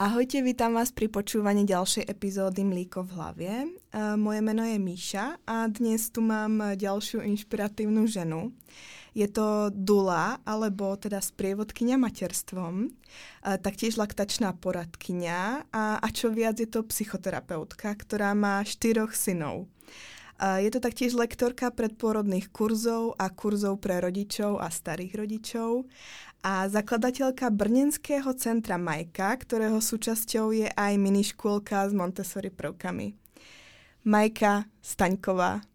Ahojte, vítam vás pri počúvaní ďalšej epizódy Mlíko v hlavě. Moje meno je Míša a dnes tu mám ďalšiu inšpiratívnu ženu. Je to dula, alebo teda sprievodkyňa materstvom, taktiež laktačná poradkyňa a čo viac je to psychoterapeutka, ktorá má 4 synov. Je to taktiež lektorka predpôrodných kurzov a kurzov pre rodičov a starých rodičov a zakladateľka brněnského centra Majka, ktorého súčasťou je aj miniškôlka s Montessori prvkami. Majka Staňková.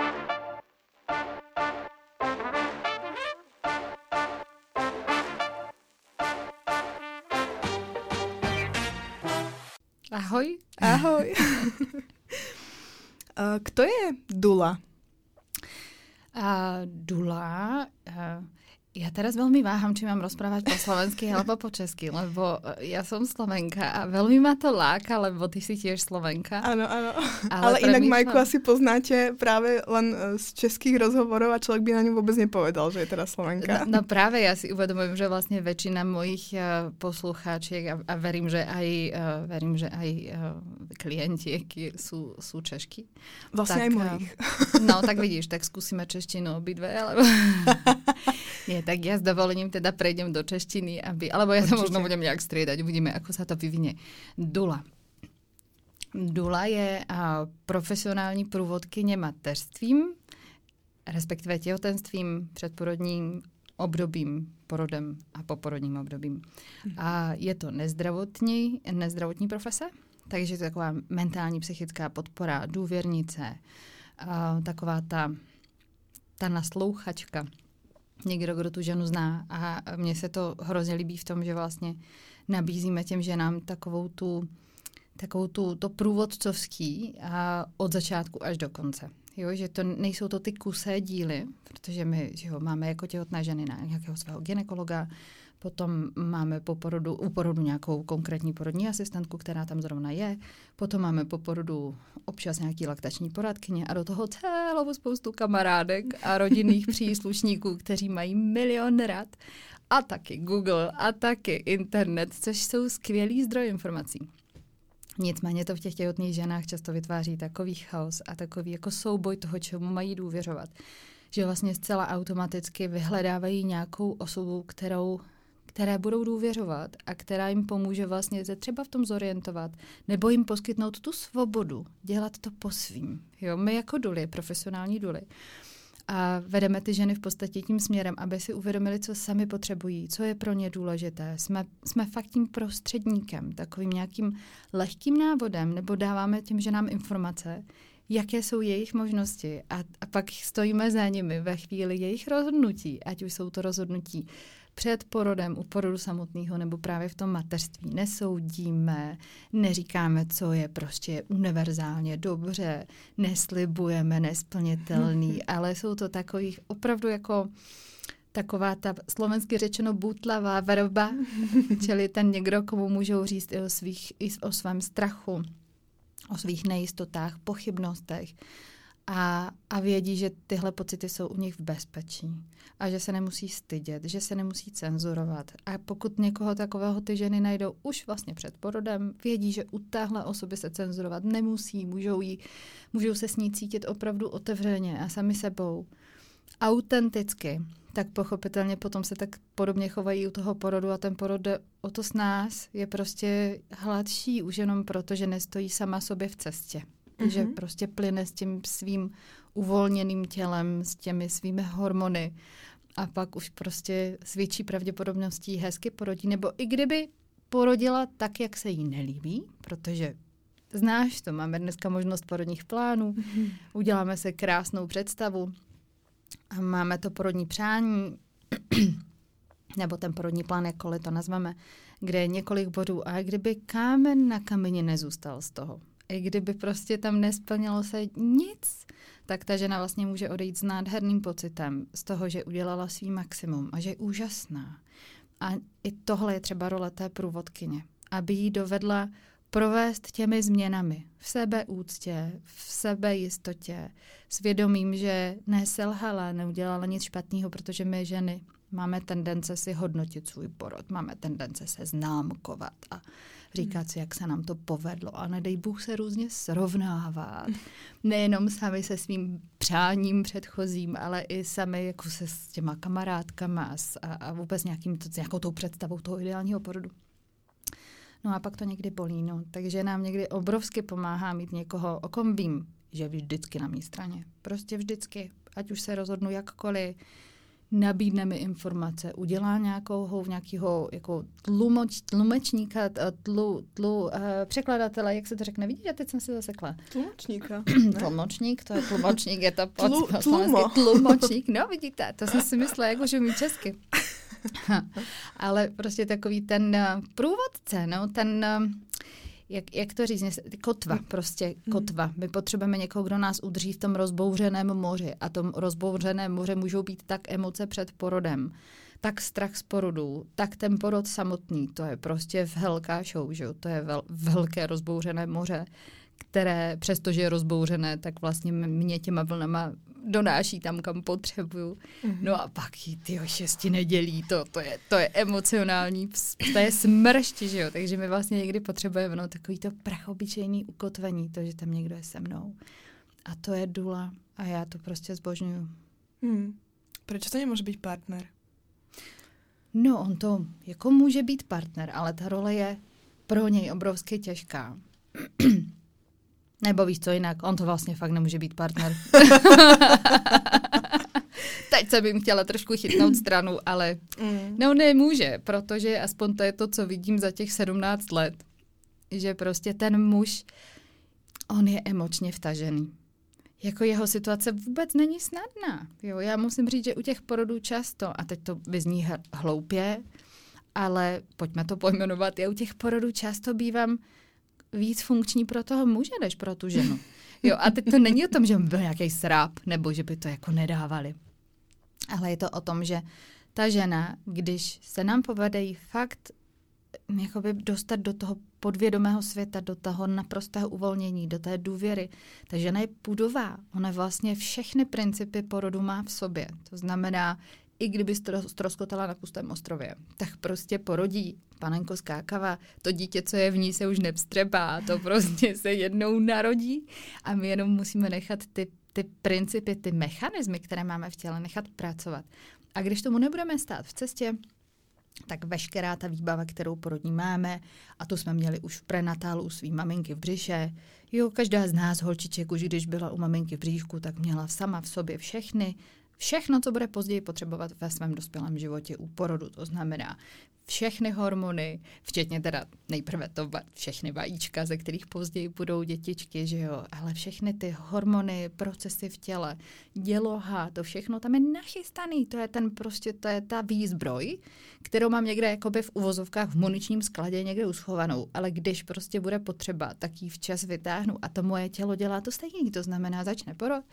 Ahoj. Ahoj. Kto je dula? Dula... Ja teraz veľmi váham, či mám rozprávať po slovensky alebo po česky, lebo ja som Slovenka a veľmi ma to láka, lebo ty si tiež Slovenka. Áno, áno. Ale inak Majku asi poznáte práve len z českých rozhovorov a človek by na ňu vôbec nepovedal, že je teda Slovenka. No práve ja si uvedomujem, že vlastne väčšina mojich poslucháčiek a verím, že aj klientiek sú Češky. Vlastne tak, aj mojich. No tak vidíš, tak skúsime češtinu obidve, alebo... Nie, tak ja s dovolením teda prejdem do češtiny, alebo ja to možno budem nejak striedať, uvidíme, ako sa to vyvinie. Dula. Dula je profesionální průvodkyně mateřstvím, respektive těhotenstvím, předporodním obdobím, porodem a poporodním obdobím. A je to nezdravotní profese, takže to je taková mentální, psychická podpora, důvěrnice, taková ta naslouchačka. Někdo, kdo tu ženu zná a mně se to hrozně líbí v tom, že vlastně nabízíme těm ženám takovou to průvodcovský od začátku až do konce. Jo, že to nejsou to ty kusé díly, protože my máme jako těhotné ženy na nějakého svého gynekologa, potom máme u porodu nějakou konkrétní porodní asistentku, která tam zrovna je, potom máme po porodu občas nějaký laktační poradkyně a do toho celou spoustu kamarádek a rodinných příslušníků, kteří mají milion rad a taky Google a taky internet, což jsou skvělý zdroj informací. Nicméně to v těch těhotných ženách často vytváří takový chaos a takový jako souboj toho, čemu mají důvěřovat, že vlastně zcela automaticky vyhledávají nějakou osobu, které budou důvěřovat a která jim pomůže vlastně se třeba v tom zorientovat nebo jim poskytnout tu svobodu, dělat to po svým. Jo, my jako duly, profesionální duly, a vedeme ty ženy v podstatě tím směrem, aby si uvědomili, co sami potřebují, co je pro ně důležité. Jsme fakt tím prostředníkem, takovým nějakým lehkým návodem, nebo dáváme těm ženám informace, jaké jsou jejich možnosti a pak stojíme za nimi ve chvíli jejich rozhodnutí, ať už jsou to rozhodnutí před porodem, u porodu samotného nebo právě v tom mateřství. Nesoudíme, neříkáme, co je prostě univerzálně dobře, neslibujeme nesplnitelný, ale jsou to takových opravdu jako taková ta slovensky řečeno bútlavá verba, čili ten někdo, komu můžou říct i o svém strachu, o svých nejistotách, pochybnostech a vědí, že tyhle pocity jsou u nich v bezpečí a že se nemusí stydět, že se nemusí cenzurovat. A pokud někoho takového ty ženy najdou už vlastně před porodem, vědí, že u téhle osoby se cenzurovat nemusí, můžou se s ní cítit opravdu otevřeně a sami sebou, autenticky, tak pochopitelně potom se tak podobně chovají u toho porodu a ten porod o to s nás je prostě hladší už jenom proto, že nestojí sama sobě v cestě. Že prostě plyne s tím svým uvolněným tělem, s těmi svými hormony a pak už prostě s větší pravděpodobností hezky porodí, nebo i kdyby porodila tak, jak se jí nelíbí, protože znáš to, máme dneska možnost porodních plánů, uděláme se krásnou představu a máme to porodní přání, nebo ten porodní plán, jakkoliv to nazveme, kde je několik bodů a kdyby kámen na kameni nezůstal z toho, i kdyby prostě tam nesplnilo se nic, tak ta žena vlastně může odejít s nádherným pocitem z toho, že udělala svý maximum a že je úžasná. A i tohle je třeba role té průvodkyně, aby jí dovedla provést těmi změnami v sebeúctě, v sebejistotě, s vědomím, že neselhala, neudělala nic špatného, protože my ženy Máme tendence si hodnotit svůj porod, máme tendence se známkovat a říkat si, jak se nám to povedlo. A nedej Bůh se různě srovnávat. Nejenom sami se svým přáním předchozím, ale i sami jako se s těma kamarádkama a vůbec nějakou tou představou toho ideálního porodu. No a pak to někdy bolí. No. Takže nám někdy obrovsky pomáhá mít někoho, o kom vím, že je vždycky na mé straně. Prostě vždycky. Ať už se rozhodnu jakkoliv, nabídne mi informace, udělá nějakého jako tlumečníka, překladatele, jak se to řekne, vidíte, teď jsem si zasekla. Tlumočníka. Tlumočník, to je tlumočník, je to tlumočník, no vidíte, to jsem si myslela, jako že umím česky. Ale prostě takový ten průvodce, no, ten... Jak to říct? Kotva, prostě kotva. My potřebujeme někoho, kdo nás udrží v tom rozbouřeném moři. A tom rozbouřeném moře můžou být tak emoce před porodem, tak strach z porodu, tak ten porod samotný. To je prostě velká show, že jo? To je velké rozbouřené moře, které přestože je rozbouřené, tak vlastně mě těma vlnama donáší tam, kam potřebuju. No a pak tyjo 6 nedělí, to je emocionální, to je smršť, že jo. Takže my vlastně někdy potřebujeme takový to prachobyčejný ukotvení, to, že tam někdo je se mnou. A to je dula a já to prostě zbožňuju. Proč to nemůže být partner? No, on to jako může být partner, ale ta role je pro něj obrovsky těžká. Nebo víš co jinak, on to vlastně fakt nemůže být partner. Teď jsem jim chtěla trošku chytnout stranu, ale no nemůže, protože aspoň to je to, co vidím za těch 17 let, že prostě ten muž, on je emočně vtažený. Jako jeho situace vůbec není snadná. Jo, já musím říct, že u těch porodů často, a teď to vyzní hloupě, ale pojďme to pojmenovat, já u těch porodů často bývám víc funkční pro toho muže, než pro tu ženu. Jo, a teď to není o tom, že byl nějaký sráp, nebo že by to jako nedávali. Ale je to o tom, že ta žena, když se nám povede jí fakt jakoby dostat do toho podvědomého světa, do toho naprostého uvolnění, do té důvěry, ta žena je pudová. Ona vlastně všechny principy porodu má v sobě. To znamená, i kdyby ztroskotala na pustém ostrově, tak prostě porodí panenko skákava. To dítě, co je v ní, se už nevstřebá, to prostě se jednou narodí a my jenom musíme nechat ty principy, ty mechanismy, které máme v těle, nechat pracovat. A když tomu nebudeme stát v cestě, tak veškerá ta výbava, kterou porodní máme, a to jsme měli už v prenatálu u svý maminky v břiše. Jo, každá z nás, holčiček, už když byla u maminky v bříšku, tak měla sama v sobě všechno, co bude později potřebovat ve svém dospělém životě u porodu. To znamená všechny hormony, včetně teda nejprve všechny vajíčka, ze kterých později budou dětičky, že jo, ale všechny ty hormony, procesy v těle, děloha, to všechno tam je nachystaný. To je ta výzbroj, kterou mám někde jakoby v uvozovkách v muničním skladě někde uschovanou, ale když prostě bude potřeba, tak ji včas vytáhnu a to moje tělo dělá to stejný. To znamená, začne porod,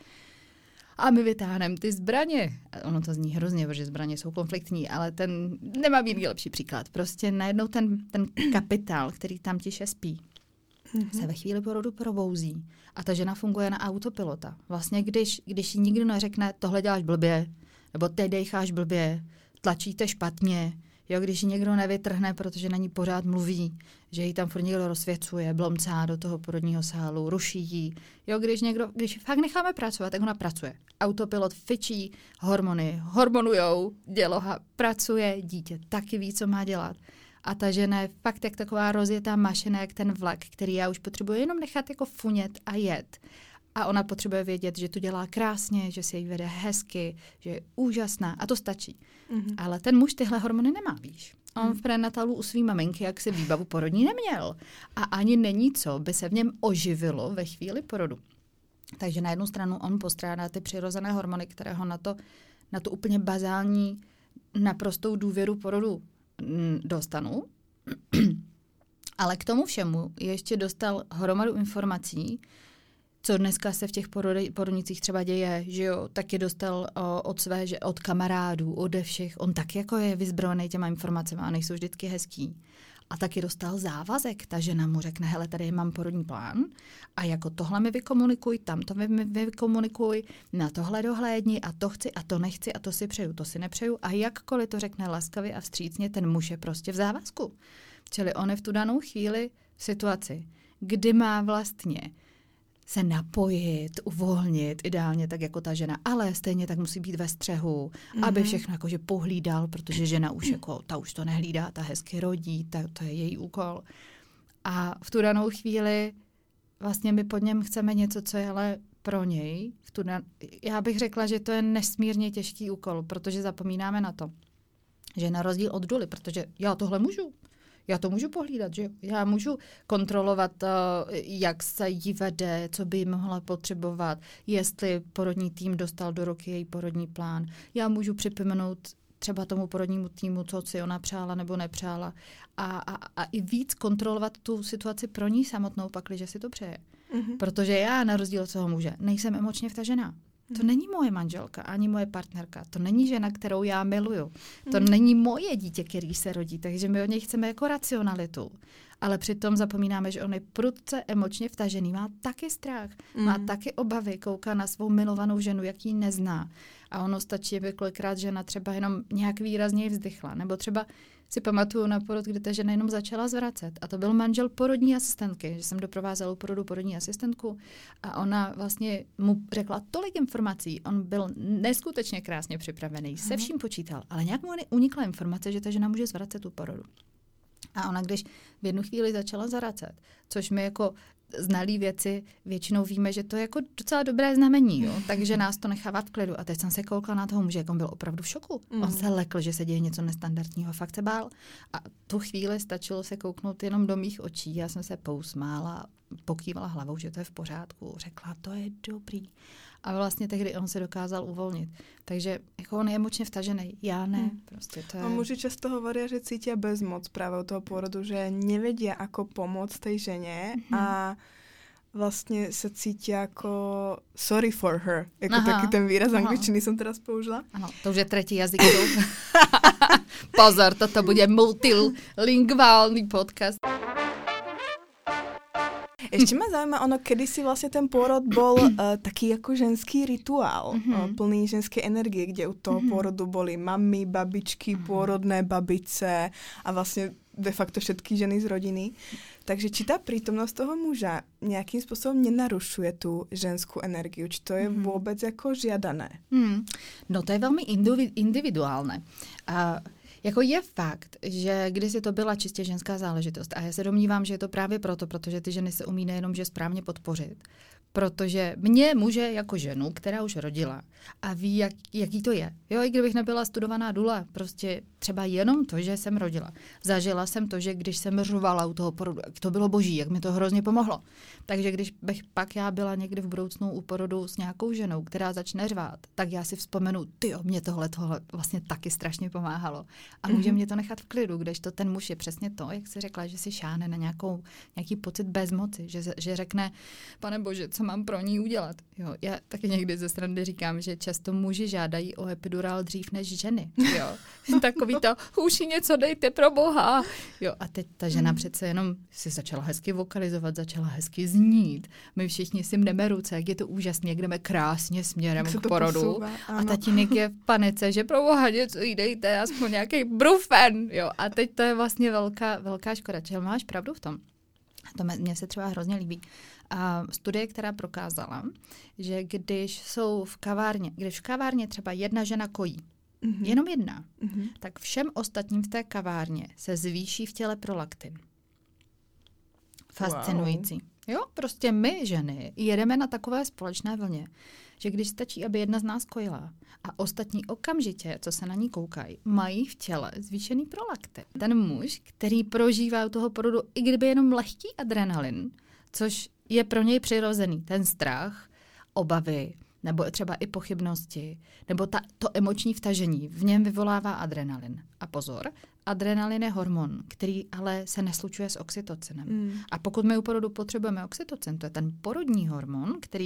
a my vytáhneme ty zbraně. Ono to zní hrozně, protože zbraně jsou konfliktní, ale ten nemá být lepší příklad. Prostě najednou ten kapitál, který tam tiše spí, se ve chvíli porodu probouzí. A ta žena funguje na autopilota. Vlastně když jí nikdo neřekne, tohle děláš blbě, nebo teď dejcháš blbě, tlačíte špatně, jo, když ji někdo nevytrhne, protože na ní pořád mluví, že ji tam furt někdo rozsvěcuje, blomcá do toho porodního sálu, ruší ji. Jo, když fakt necháme pracovat, tak ona pracuje. Autopilot fičí, hormony hormonujou, děloha pracuje, dítě taky ví, co má dělat. A ta žena je fakt jak taková rozjetá mašina, jak ten vlak, který já už potřebuji jenom nechat jako funět a jet. A ona potřebuje vědět, že to dělá krásně, že se jí vede hezky, že je úžasná a to stačí. Ale ten muž tyhle hormony nemá, víš. On v prenatálu u svý maminky jak se výbavu porodní neměl. A ani není co by se v něm oživilo ve chvíli porodu. Takže na jednu stranu on postrádá ty přirozené hormony, které ho na to úplně bazální, naprostou důvěru porodu dostanou. Ale k tomu všemu ještě dostal hromadu informací, co dneska se v těch porodnicích třeba děje, že jo, taky dostal od kamarádů, ode všech. On tak jako je vyzbrojený těma informacemi a nejsou vždycky hezký. a taky dostal závazek. Ta žena mu řekne, hele, tady mám porodní plán a jako tohle mi vykomunikuj, tamto mi vykomunikuj, na tohle dohlédni a to chci a to nechci a to si přeju, to si nepřeju a jakkoliv to řekne laskavě a vstřícně, ten muž je prostě v závazku. Čili on je v tu danou chvíli v situaci, kdy má vlastně se napojit, uvolnit, ideálně tak jako ta žena, ale stejně tak musí být ve střehu, aby všechno jakože pohlídal, protože žena už jako, ta už to nehlídá, ta hezky rodí, to je její úkol. A v tu danou chvíli vlastně my pod něm chceme něco, co je ale pro něj. Já bych řekla, že to je nesmírně těžký úkol, protože zapomínáme na to, že na rozdíl od Duly, protože já tohle můžu. Já to můžu pohlídat, že jo? Já můžu kontrolovat, jak se jí vede, co by mohla potřebovat, jestli porodní tým dostal do ruky její porodní plán. Já můžu připomenout třeba tomu porodnímu týmu, co si ona přála nebo nepřála a i víc kontrolovat tu situaci pro ní samotnou, pakliže si to přeje. Protože já, na rozdíl od toho muže, nejsem emočně vtažená. To není moje manželka, ani moje partnerka. To není žena, kterou já miluju. To není moje dítě, který se rodí. Takže my od něj chceme jako racionalitu. Ale přitom zapomínáme, že on je prudce emočně vtažený. Má taky strach. Má taky obavy. Kouká na svou milovanou ženu, jak ji nezná. A ono stačí, aby kolikrát žena třeba jenom nějak výrazněji vzdychla. Nebo třeba si pamatuju na porod, kdy ta žena jenom začala zvracet. A to byl manžel porodní asistentky, že jsem doprovázela u porodu porodní asistentku a ona vlastně mu řekla tolik informací. On byl neskutečně krásně připravený, se vším počítal, ale nějak mu unikla informace, že ta žena může zvracet u porodu. A ona, když v jednu chvíli začala zvracet, což my jako znalí věci většinou víme, že to je jako docela dobré znamení, jo? Takže nás to nechává v klidu. A teď jsem se koukla na toho muže, jak on byl opravdu v šoku. On se lekl, že se děje něco nestandardního, fakt se bál. A tu chvíli stačilo se kouknout jenom do mých očí. Já jsem se pousmála, pokývala hlavou, že to je v pořádku. Řekla, to je dobrý. A vlastně tehdy on se dokázal uvolnit. Takže jako on je emočně vtažený. Já ne. Prostě to je... A muži často hovoria, že cítia bezmoc práve od toho pôrodu, že nevedia, ako pomôcť tej žene a vlastne sa cítia ako sorry for her. Jako taký ten výraz angličtiny som teraz použila. Ano, to už je tretí jazyk. Pozor, toto bude multilingválny podcast. Ešte ma zaujíma, kedysi vlastne ten pôrod bol taký ako ženský rituál, plný ženskej energie, kde u toho pôrodu boli mami, babičky, pôrodné babice a vlastne de facto všetky ženy z rodiny. Takže či tá prítomnosť toho muža nejakým spôsobom nenarušuje tú ženskú energiu? Či to je vôbec ako žiadané? No to je velmi individuálne. Jako je fakt, že kdysi to byla čistě ženská záležitost a já se domnívám, že je to právě proto, protože ty ženy se umí nejenom že správně podpořit, protože mě muže jako ženu, která už rodila a ví, jaký to je. Jo, i kdybych nebyla studovaná dula, prostě třeba jenom to, že jsem rodila. Zažila jsem to, že když jsem řvala u toho porodu, to bylo boží, jak mi to hrozně pomohlo. Takže když bych pak já byla někdy v budoucnu u porodu s nějakou ženou, která začne řvát, tak já si vzpomenu, tyjo, mě tohle vlastně taky strašně pomáhalo. A může mě to nechat v klidu, kdežto ten muž je přesně to, jak jsi řekla, že si šáhne na nějaký pocit bezmoci, že řekne, pane bože, co mám pro ní udělat. Jo, já taky někdy ze strany říkám, že často muži žádají o epidural dřív než ženy. Jo. Takový to, už něco dejte pro Boha. Jo, a teď ta žena přece jenom si začala hezky vokalizovat, začala hezky znít. My všichni si mneme ruce, jak je to úžasně, jak jdeme krásně směrem k porodu. Posouvá, a tatínek je v panice, že pro Boha něco jí dejte, aspoň nějaký brufen. Jo, a teď to je vlastně velká škoda. Čili máš pravdu v tom. To mně se třeba hrozně líbí. A studie, která prokázala, že když v kavárně třeba jedna žena kojí, jenom jedna, tak všem ostatním v té kavárně se zvýší v těle prolaktin. Fascinující. Wow. Jo, prostě my ženy jedeme na takové společné vlně, že když stačí, aby jedna z nás kojila a ostatní okamžitě, co se na ní koukají, mají v těle zvýšený prolaktin. Ten muž, který prožívá u toho porodu, i kdyby jenom lehký adrenalin, což je pro něj přirozený, ten strach, obavy, nebo třeba i pochybnosti, nebo to emoční vtažení, v něm vyvolává adrenalin. A pozor, adrenalin je hormon, který ale se neslučuje s oxytocinem. A pokud my u porodu potřebujeme oxytocin, to je ten porodní hormon, který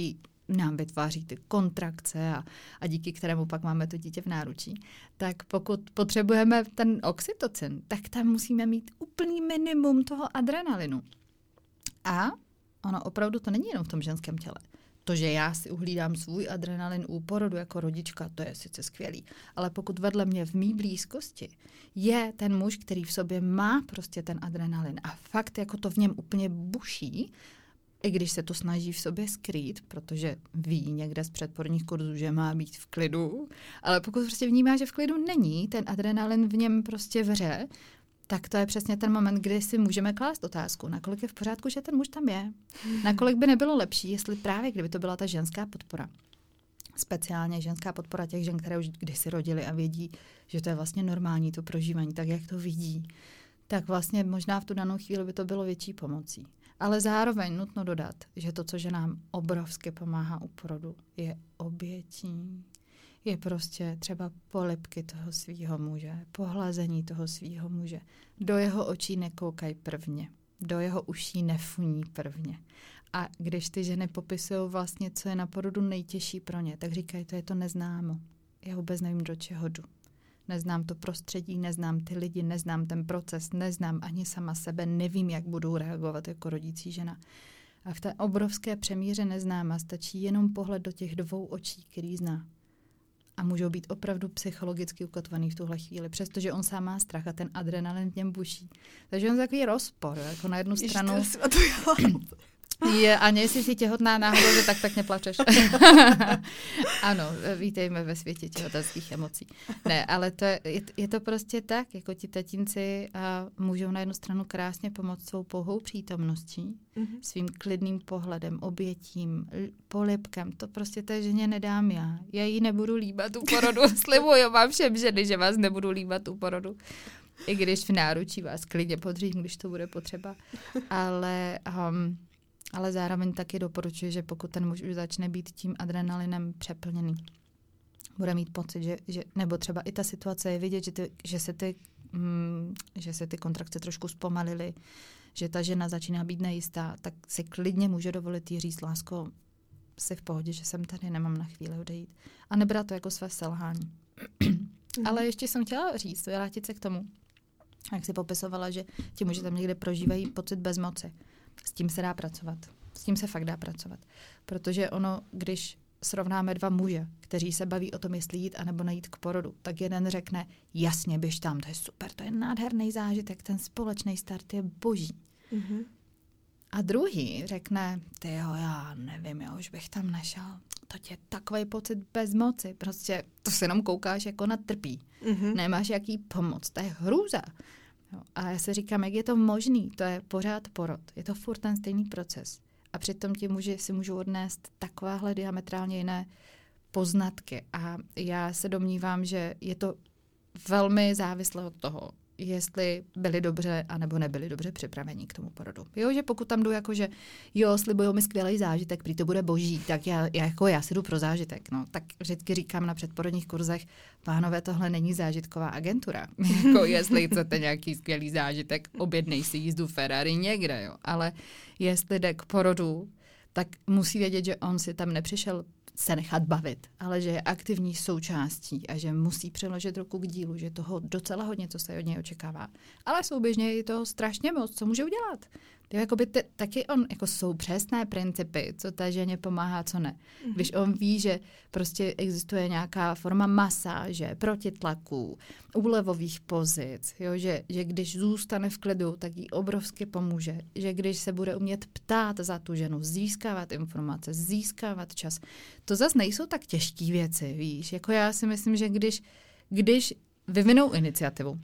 nám vytváří ty kontrakce a díky kterému pak máme to dítě v náručí, tak pokud potřebujeme ten oxytocin, tak tam musíme mít úplný minimum toho adrenalinu. A ono opravdu to není jenom v tom ženském těle. To, že já si uhlídám svůj adrenalin u porodu jako rodička, to je sice skvělý, ale pokud vedle mě v mý blízkosti je ten muž, který v sobě má prostě ten adrenalin a fakt jako to v něm úplně buší, i když se to snaží v sobě skrýt, protože ví někde z předporních kurzů, že má být v klidu, ale pokud prostě vnímá, že v klidu není, ten adrenalin v něm prostě vře, tak to je přesně ten moment, kdy si můžeme klást otázku, nakolik je v pořádku, že ten muž tam je. Nakolik by nebylo lepší, jestli právě kdyby to byla ta ženská podpora. Speciálně ženská podpora těch žen, které už kdysi rodily a vědí, že to je vlastně normální to prožívání, tak jak to vidí. Tak vlastně možná v tu danou chvíli by to bylo větší pomocí. Ale zároveň nutno dodat, že to, co ženám obrovsky pomáhá u porodu, je obětí. Je prostě třeba polibky toho svýho muže, pohlazení toho svýho muže. Do jeho očí nekoukají prvně, do jeho uší nefuní prvně. A když ty ženy popisují vlastně, co je na porodu nejtěžší pro ně, tak říkají, to je to neznámo. Já vůbec nevím, do čeho jdu. Neznám to prostředí, neznám ty lidi, neznám ten proces, neznám ani sama sebe, nevím, jak budu reagovat jako rodící žena. A v té obrovské přemíře neznáma stačí jenom pohled do těch dvou očí, který zná. A můžou být opravdu psychologicky ukotvaný v tuhle chvíli, přestože on sám má strach a ten adrenalin v něm buší. Takže on je takový rozpor, jako na jednu stranu... Aně, jestli jsi těhotná náhodou, že tak neplačeš. Ano, vítejme ve světě těhotenských emocí. Ne, ale je to prostě tak, jako ti tatínci můžou na jednu stranu krásně pomoct svou pouhou přítomností, svým klidným pohledem, obětím, polibkem. To prostě té ženě nedám já. Já jí nebudu líbat u porodu. Slibuju vám všem ženy, že vás nebudu líbat u porodu. I když v náručí vás klidně podřím, když to bude potřeba. Ale zároveň taky doporučuji, že pokud ten muž už začne být tím adrenalinem přeplněný, bude mít pocit, že nebo třeba i ta situace je vidět, že se ty kontrakce trošku zpomalily, že ta žena začíná být nejistá, tak si klidně může dovolit jí říct, lásko, jsi v pohodě, že jsem tady, nemám na chvíli odejít. A nebrat to jako své selhání. Ale ještě jsem chtěla říct, vrátit se k tomu, jak jsi popisovala, že ti muži tam někde prožívají pocit bezmoci. S tím se dá pracovat. S tím se fakt dá pracovat. Protože ono, když srovnáme dva muže, kteří se baví o tom, jestli jít anebo nejít k porodu, tak jeden řekne, jasně, běž tam, to je super, to je nádherný zážitek, ten společný start je boží. Mm-hmm. A druhý řekne, tyjo, já nevím, já už bych tam nešel. To je takový pocit bezmoci, prostě to se jenom koukáš jako na trpí. Mm-hmm. Nemáš jaký pomoc, to je hrůza. A já se říkám, jak je to možný, to je pořád porod, je to furt ten stejný proces. A přitom ti muži si můžou odnést takováhle diametrálně jiné poznatky. A já se domnívám, že je to velmi závislé od toho, jestli byli dobře anebo nebyli dobře připraveni k tomu porodu. Jo, že pokud tam jdu jako, že jo, slibujou mi skvělý zážitek, prý to bude boží, tak já si jdu pro zážitek. No, tak vždycky říkám na předporodních kurzech, pánové, tohle není zážitková agentura. Jako jestli chcete nějaký skvělý zážitek, objednej si jízdu Ferrari někde, jo. Ale jestli jde k porodu, tak musí vědět, že on si tam nepřišel se nechat bavit, ale že je aktivní součástí a že musí přiložit ruku k dílu, že toho docela hodně, co se od něj očekává. Ale souběžně je toho strašně moc, co může udělat. Taky on, jako jsou přesné principy, co té ženě pomáhá, co ne. Když on ví, že prostě existuje nějaká forma masáže, protitlaku, úlevových pozic, jo, že když zůstane v klidu, tak jí obrovsky pomůže. Že když se bude umět ptát za tu ženu, získávat informace, získávat čas. To zase nejsou tak těžké věci, víš. Jako já si myslím, že když vyvinou iniciativu,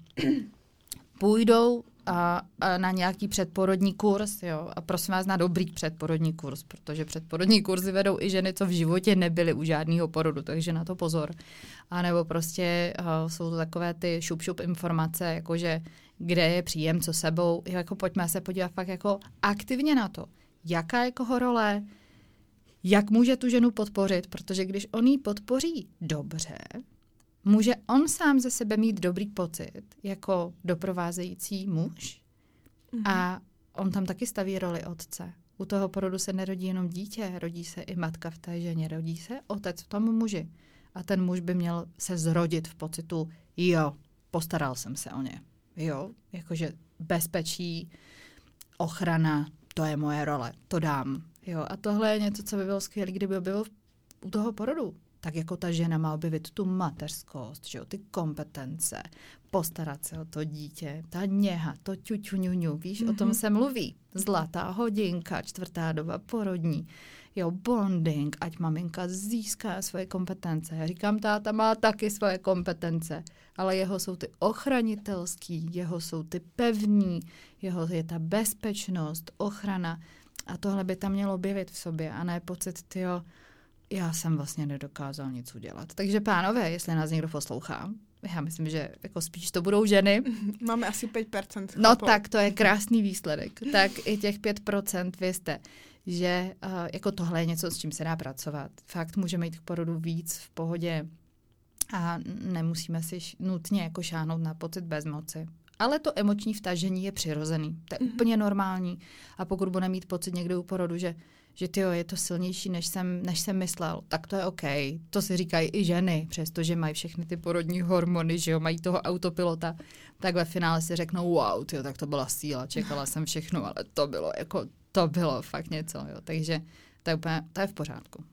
půjdou a na nějaký předporodní kurz, jo, a prosím vás na dobrý předporodní kurz, protože předporodní kurzy vedou i ženy, co v životě nebyly u žádného porodu, takže na to pozor. A nebo prostě jsou to takové ty šup informace, jakože kde je příjem, co sebou, jako pojďme se podívat fakt jako aktivně na to, jaká je koho role, jak může tu ženu podpořit, protože když on ji podpoří dobře, může on sám ze sebe mít dobrý pocit jako doprovázející muž a on tam taky staví roli otce. U toho porodu se nerodí jenom dítě, rodí se i matka v té ženě, rodí se otec v tom muži. A ten muž by měl se zrodit v pocitu, jo, postaral jsem se o ně. Jo, jakože bezpečí, ochrana, to je moje role, to dám. Jo, a tohle je něco, co by bylo skvělé, kdyby bylo u toho porodu. Tak jako ta žena má objevit tu mateřskost, že jo, ty kompetence, postarat se o to dítě, ta něha, to ťuťuňuňu, víš, o tom se mluví. Zlatá hodinka, 4. doba porodní, jo, bonding, ať maminka získá svoje kompetence. Já říkám, táta má taky svoje kompetence, ale jeho jsou ty ochranitelský, jeho jsou ty pevní, jeho je ta bezpečnost, ochrana a tohle by tam mělo objevit v sobě a ne pocit, tyjo, já jsem vlastně nedokázal nic udělat. Takže pánové, jestli nás někdo poslouchá, já myslím, že jako spíš to budou ženy. Máme asi 5%. No tak, to je krásný výsledek. Tak i těch 5% vězte, že jako tohle je něco, s čím se dá pracovat. Fakt můžeme jít k porodu víc v pohodě a nemusíme si nutně jako šáhnout na pocit bezmoci. Ale to emoční vtažení je přirozený. To je úplně normální. A pokud bude mít pocit někdo u porodu, že tyjo, je to silnější, než jsem myslel, tak to je OK. To si říkají i ženy, přestože mají všechny ty porodní hormony, že jo, mají toho autopilota, tak ve finále si řeknou, wow, tyjo, tak to byla síla, čekala jsem všechno, ale to bylo fakt něco, jo. Takže to je v pořádku.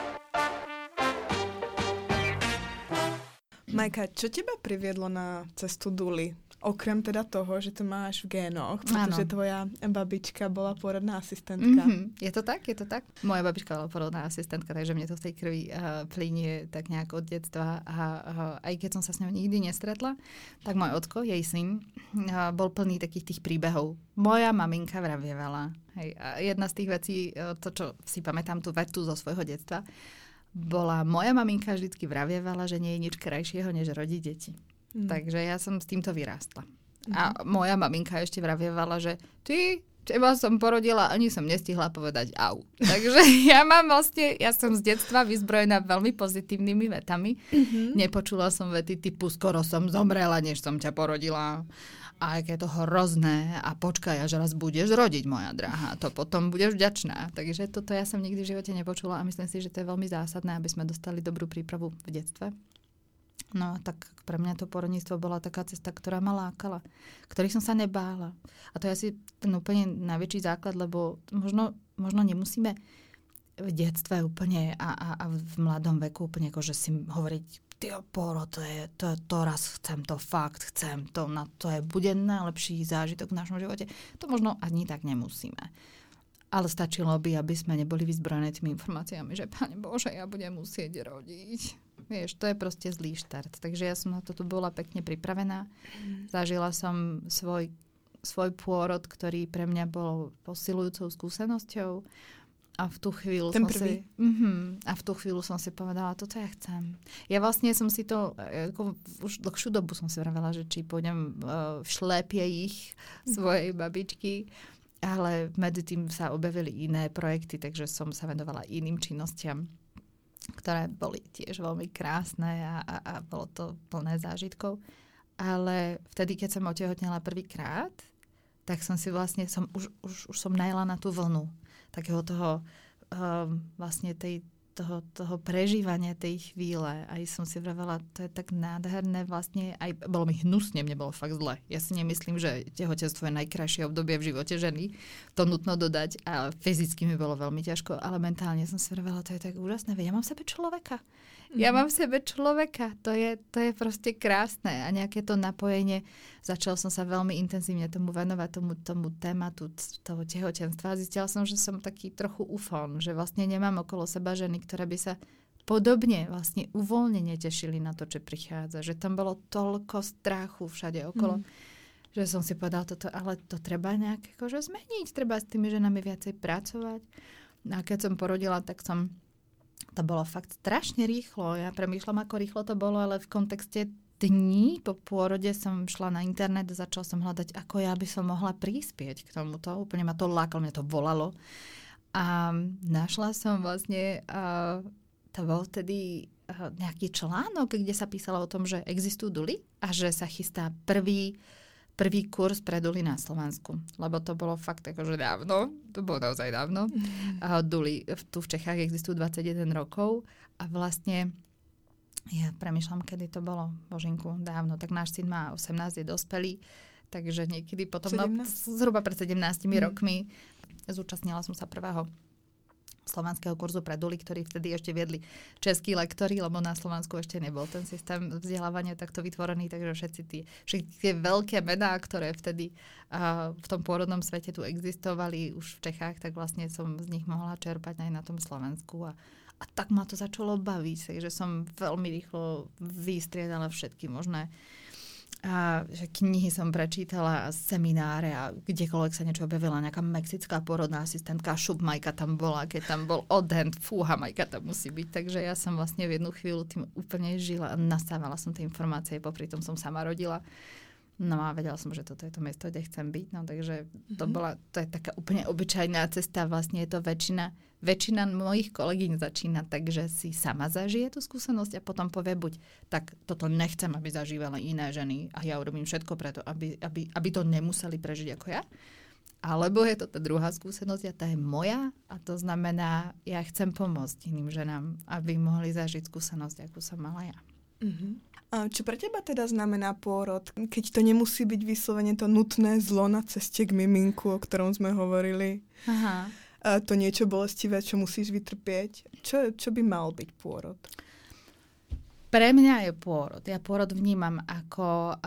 Majka, čo teba priviedlo na cestu Duly? Okrem teda toho, že to máš v génoch, protože tvoja babička bola porodná asistentka. Je to tak. Moje babička byla porodná asistentka, takže mě to v té krvi plíní tak nějak od dětstva. A i keď som sa s ňou nikdy nestretla, tak môj ocko, jej syn, bol plný takých tých príbehov. Moja maminka vravievala. Hej, a jedna z tých vecí, to, čo si pamätám tú vetu zo svojho detstva, bola moja maminka vždycky vravievala, že nie je nič krajšieho, než rodiť deti. Takže ja som s týmto vyrástla. A moja maminka ešte vravievala, že teba som porodila, ani som nestihla povedať au. Takže ja som z detstva vyzbrojená veľmi pozitívnymi vetami. Nepočula som vety typu skoro som zomrela, než som ťa porodila. A aké je to hrozné a počkaj, až raz budeš rodiť, moja drahá, to potom budeš vďačná. Takže toto ja som nikdy v živote nepočula a myslím si, že to je veľmi zásadné, aby sme dostali dobrú prípravu v detstve. No tak pre mňa to porodníctvo bola taká cesta, ktorá ma lákala, ktorých som sa nebála. A to je asi ten úplne najväčší základ, lebo možno nemusíme v detstve úplne a v mladom veku úplne akože si hovoriť, tyjo, porod, to raz chcem to, na to bude najlepší zážitok v našom živote. To možno ani tak nemusíme. Ale stačilo by, aby sme neboli vyzbrojené tými informáciami, že Pane Bože, ja budem musieť rodiť. Vieš, to je proste zlý štart. Takže ja som na to tu bola pekne pripravená. Zažila som svoj pôrod, ktorý pre mňa bol posilujúcou skúsenosťou. A v tú chvíľu som si povedala, toto ja chcem. Ja vlastne som si to, už dlhšiu dobu som si vravela, že či pôjdem v šlépie ich svojej babičky, ale medzi tým sa objavili iné projekty, takže som sa venovala iným činnostiam, ktoré boli tiež veľmi krásne a bolo to plné zážitkov. Ale vtedy, keď som otehotnela prvýkrát, tak som si vlastne, už som najela na tú vlnu takého toho vlastne toho prežívania tej chvíle. Aj som si vravela, to je tak nádherné vlastne, aj bolo mi hnusne, mne bolo fakt zle. Ja si nemyslím, že tehotenstvo je najkrajšie obdobie v živote ženy, to nutno dodať a fyzicky mi bolo veľmi ťažko, ale mentálne som si vravela, to je tak úžasné, ja mám v sebe človeka. Ja mám v sebe človeka, to je proste krásne a nejaké to napojenie, začala som sa veľmi intenzívne tomu venovať, tomu tématu toho tehotenstva a zistila som, že som taký trochu ufón, že vlastne nemám okolo seba ženy, ktoré by sa podobne vlastne uvoľnene tešili na to, čo prichádza, že tam bolo toľko strachu všade okolo, že som si povedala toto, ale to treba nejak akože zmeniť, treba s tými ženami viacej pracovať. A keď som porodila, tak to bolo fakt strašne rýchlo. Ja premýšľam, ako rýchlo to bolo, ale v kontexte dní po pôrode som šla na internet a začala som hľadať, ako ja by som mohla prispieť k tomuto. Úplne ma to lákalo, mňa to volalo. A našla som vlastne, to bol vtedy nejaký článok, kde sa písalo o tom, že existujú duly a že sa chystá prvý prvý kurz pre Duli na Slovensku, lebo to bolo fakt akože dávno, to bolo naozaj dávno. Duli tu v Čechách existujú 21 rokov a vlastne ja premýšľam, kedy to bolo, Božinku, dávno, tak náš syn má 18, je dospelý, takže niekedy potom, zhruba pred 17 rokmi, zúčastnila som sa prvého slovanského kurzu pre Duli, ktorý vtedy ešte viedli českí lektori, lebo na Slovensku ešte nebol ten systém vzdelávania takto vytvorený, takže všetky tie veľké mená, ktoré vtedy v tom pôrodnom svete tu existovali už v Čechách, tak vlastne som z nich mohla čerpať aj na tom Slovensku a tak ma to začalo baviť, takže som veľmi rýchlo vystriedala všetky možné že knihy som prečítala, semináre a kdekoľvek sa niečo objavila, nejaká mexická porodná asistentka, šupmajka tam bola, keď tam bol odent, fúha, majka tam musí byť. Takže ja som vlastne v jednu chvíľu tým úplne žila a nasávala som tie informácie, popri tom som sama rodila. No a vedela som, že toto je to miesto, kde chcem byť. No takže to je taká úplne obyčajná cesta. Vlastne je to väčšina mojich kolegyň začína tak, že si sama zažije tú skúsenosť a potom povie buď, tak toto nechcem, aby zažívali iné ženy a ja urobím všetko preto, aby to nemuseli prežiť ako ja. Alebo je to tá druhá skúsenosť a tá je moja a to znamená, ja chcem pomôcť iným ženám, aby mohli zažiť skúsenosť, akú som mala ja. A čo pre teba teda znamená pôrod, keď to nemusí byť vyslovene to nutné zlo na ceste k miminku, o ktorom sme hovorili? Aha. A to niečo bolestivé, čo musíš vytrpieť. Čo by mal byť pôrod? Pre mňa je pôrod. Ja pôrod vnímam ako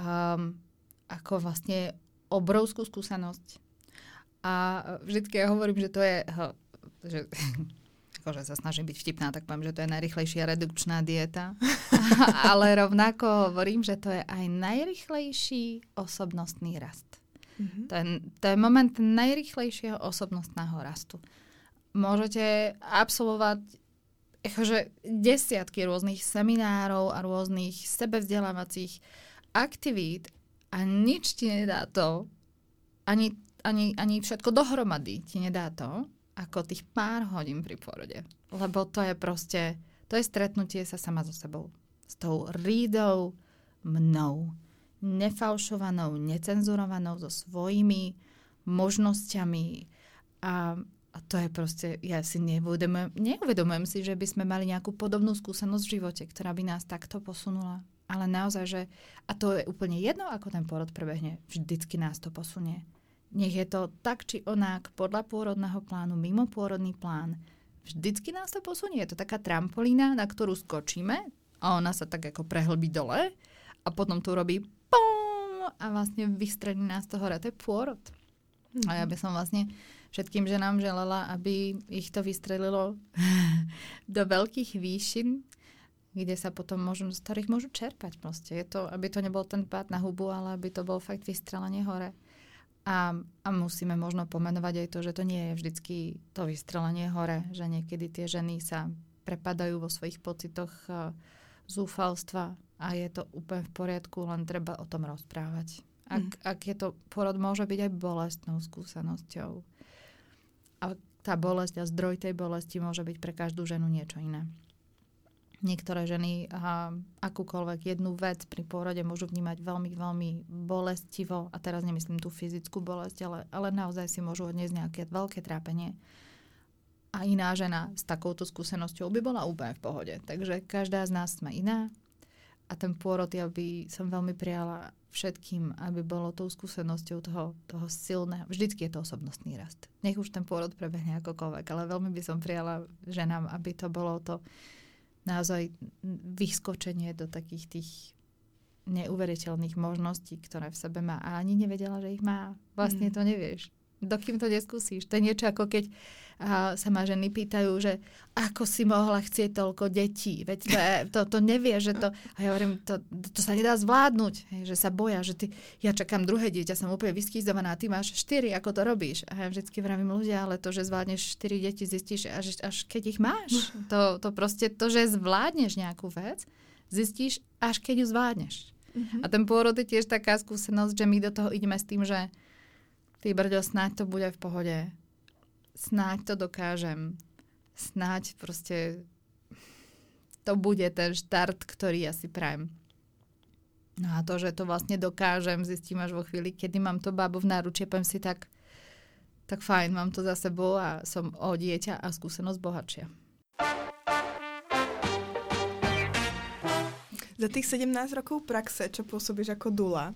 vlastne obrovskú skúsenosť. A vždycky ja hovorím, že to je... Že, akože sa snažím byť vtipná, tak poviem, že to je najrýchlejšia redukčná dieta. Ale rovnako hovorím, že to je aj najrýchlejší osobnostný rast. To je moment najrýchlejšieho osobnostného rastu. Môžete absolvovať akože desiatky rôznych seminárov a rôznych sebevzdelávacích aktivít a nič ti nedá to, ani všetko dohromady ti nedá to, ako tých pár hodín pri pôrode. Lebo to je proste, to je stretnutie sa sama so sebou. S tou rídou mnou. Nefalšovanou, necenzurovanou, so svojimi možnosťami. A to je proste, ja si neuvedomujem si, že by sme mali nejakú podobnú skúsenosť v živote, ktorá by nás takto posunula. Ale naozaj, že, a to je úplne jedno, ako ten pôrod prebehne, vždycky nás to posunie. Nech je to tak, či onak, podľa pôrodného plánu, mimo pôrodný plán. Vždycky nás to posunie. Je to taká trampolína, na ktorú skočíme a ona sa tak ako prehlbí dole a potom tu robí pum a vlastne vystrelí nás to hore. To je pôrod. A ja by som vlastne všetkým ženám želala, aby ich to vystrelilo do veľkých výšin, kde sa potom z ktorých môžu čerpať. Proste. Je to, aby to nebol ten pád na hubu, ale aby to bol fakt vystrelenie hore. A musíme možno pomenovať aj to, že to nie je vždycky to vystrelenie hore, že niekedy tie ženy sa prepadajú vo svojich pocitoch zúfalstva a je to úplne v poriadku, len treba o tom rozprávať. Ak je to, pôrod môže byť aj bolestnou skúsenosťou. A tá bolesť a zdroj tej bolesti môže byť pre každú ženu niečo iné. Niektoré ženy akúkoľvek jednu vec pri pôrode môžu vnímať veľmi, veľmi bolestivo. A teraz nemyslím tú fyzickú bolesť, ale naozaj si môžu odniesť nejaké veľké trápenie. A iná žena s takouto skúsenosťou by bola úplne v pohode. Takže každá z nás sme iná. A ten pôrod ja by som veľmi prijala všetkým, aby bolo tou skúsenosťou toho silného. Vždycky je to osobnostný rast. Nech už ten pôrod prebehne akokoľvek, ale veľmi by som prijala ženám, aby to bolo to naozaj vyskočenie do takých tých neuveriteľných možností, ktoré v sebe má a ani nevedela, že ich má. Vlastne to nevieš. Dokým to neskúsíš. To je niečo ako keď sa ma ženy pýtajú, že ako si mohla chcieť toľko detí. Veď to nevieš, že to... A ja hovorím, to sa nedá zvládnuť. Hej, že sa boja, že ja čakám druhé dieťa, som úplne vyskýzovaná, ty máš 4, ako to robíš? A ja vždycky vravím ľudia, ale to, že zvládneš 4 deti, zistíš až keď ich máš. To proste, to, že zvládneš nejakú vec, zistíš, až keď ju zvládneš. A ten pôrod je tiež taká skúsenosť, že my do toho ideme s tým, že ty brďo, snáď to bude v pohode. Snáď to dokážem. Snáď proste to bude ten štart, ktorý ja si prajem. No a to, že to vlastne dokážem, zistím až vo chvíli, kedy mám to bábo v náručí, poviem si tak fajn, mám to za sebou a som o dieťa a skúsenosť bohatšia. Za tých 17 rokov praxe, čo pôsobíš ako dula,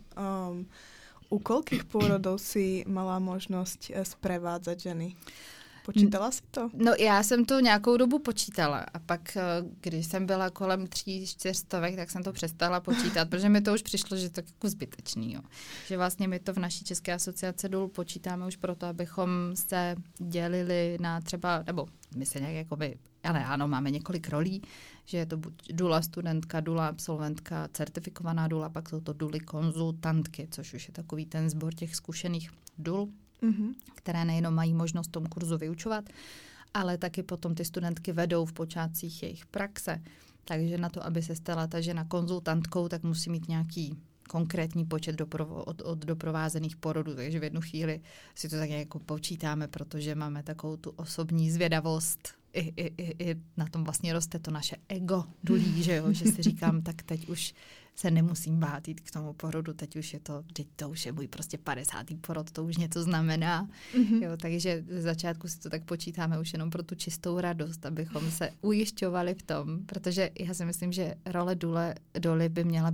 u koľkých pôrodov si mala možnosť sprevádzať ženy? Počítala si to? No já jsem to nějakou dobu počítala a pak, když jsem byla kolem 300-400, tak jsem to přestala počítat, protože mi to už přišlo, že to je jako zbytečný. Jo. Že vlastně my to v naší České asociaci DUL počítáme už proto, abychom se dělili na třeba, nebo my se nějak jakoby, ale ano, máme několik rolí, že je to buď dula studentka, dula absolventka, certifikovaná dula, pak jsou to duly konzultantky, což už je takový ten sbor těch zkušených dul, které nejenom mají možnost tom kurzu vyučovat, ale taky potom ty studentky vedou v počátcích jejich praxe. Takže na to, aby se stala ta žena konzultantkou, tak musí mít nějaký konkrétní počet od doprovázených porodů. Takže v jednu chvíli si to tak jako počítáme, protože máme takovou tu osobní zvědavost. I na tom vlastně roste to naše ego dulí, že si říkám, tak teď už se nemusím bát jít k tomu porodu, teď to už je můj prostě 50. porod, to už něco znamená. Jo, takže ze začátku si to tak počítáme už jenom pro tu čistou radost, abychom se ujišťovali v tom, protože já si myslím, že role duly by měla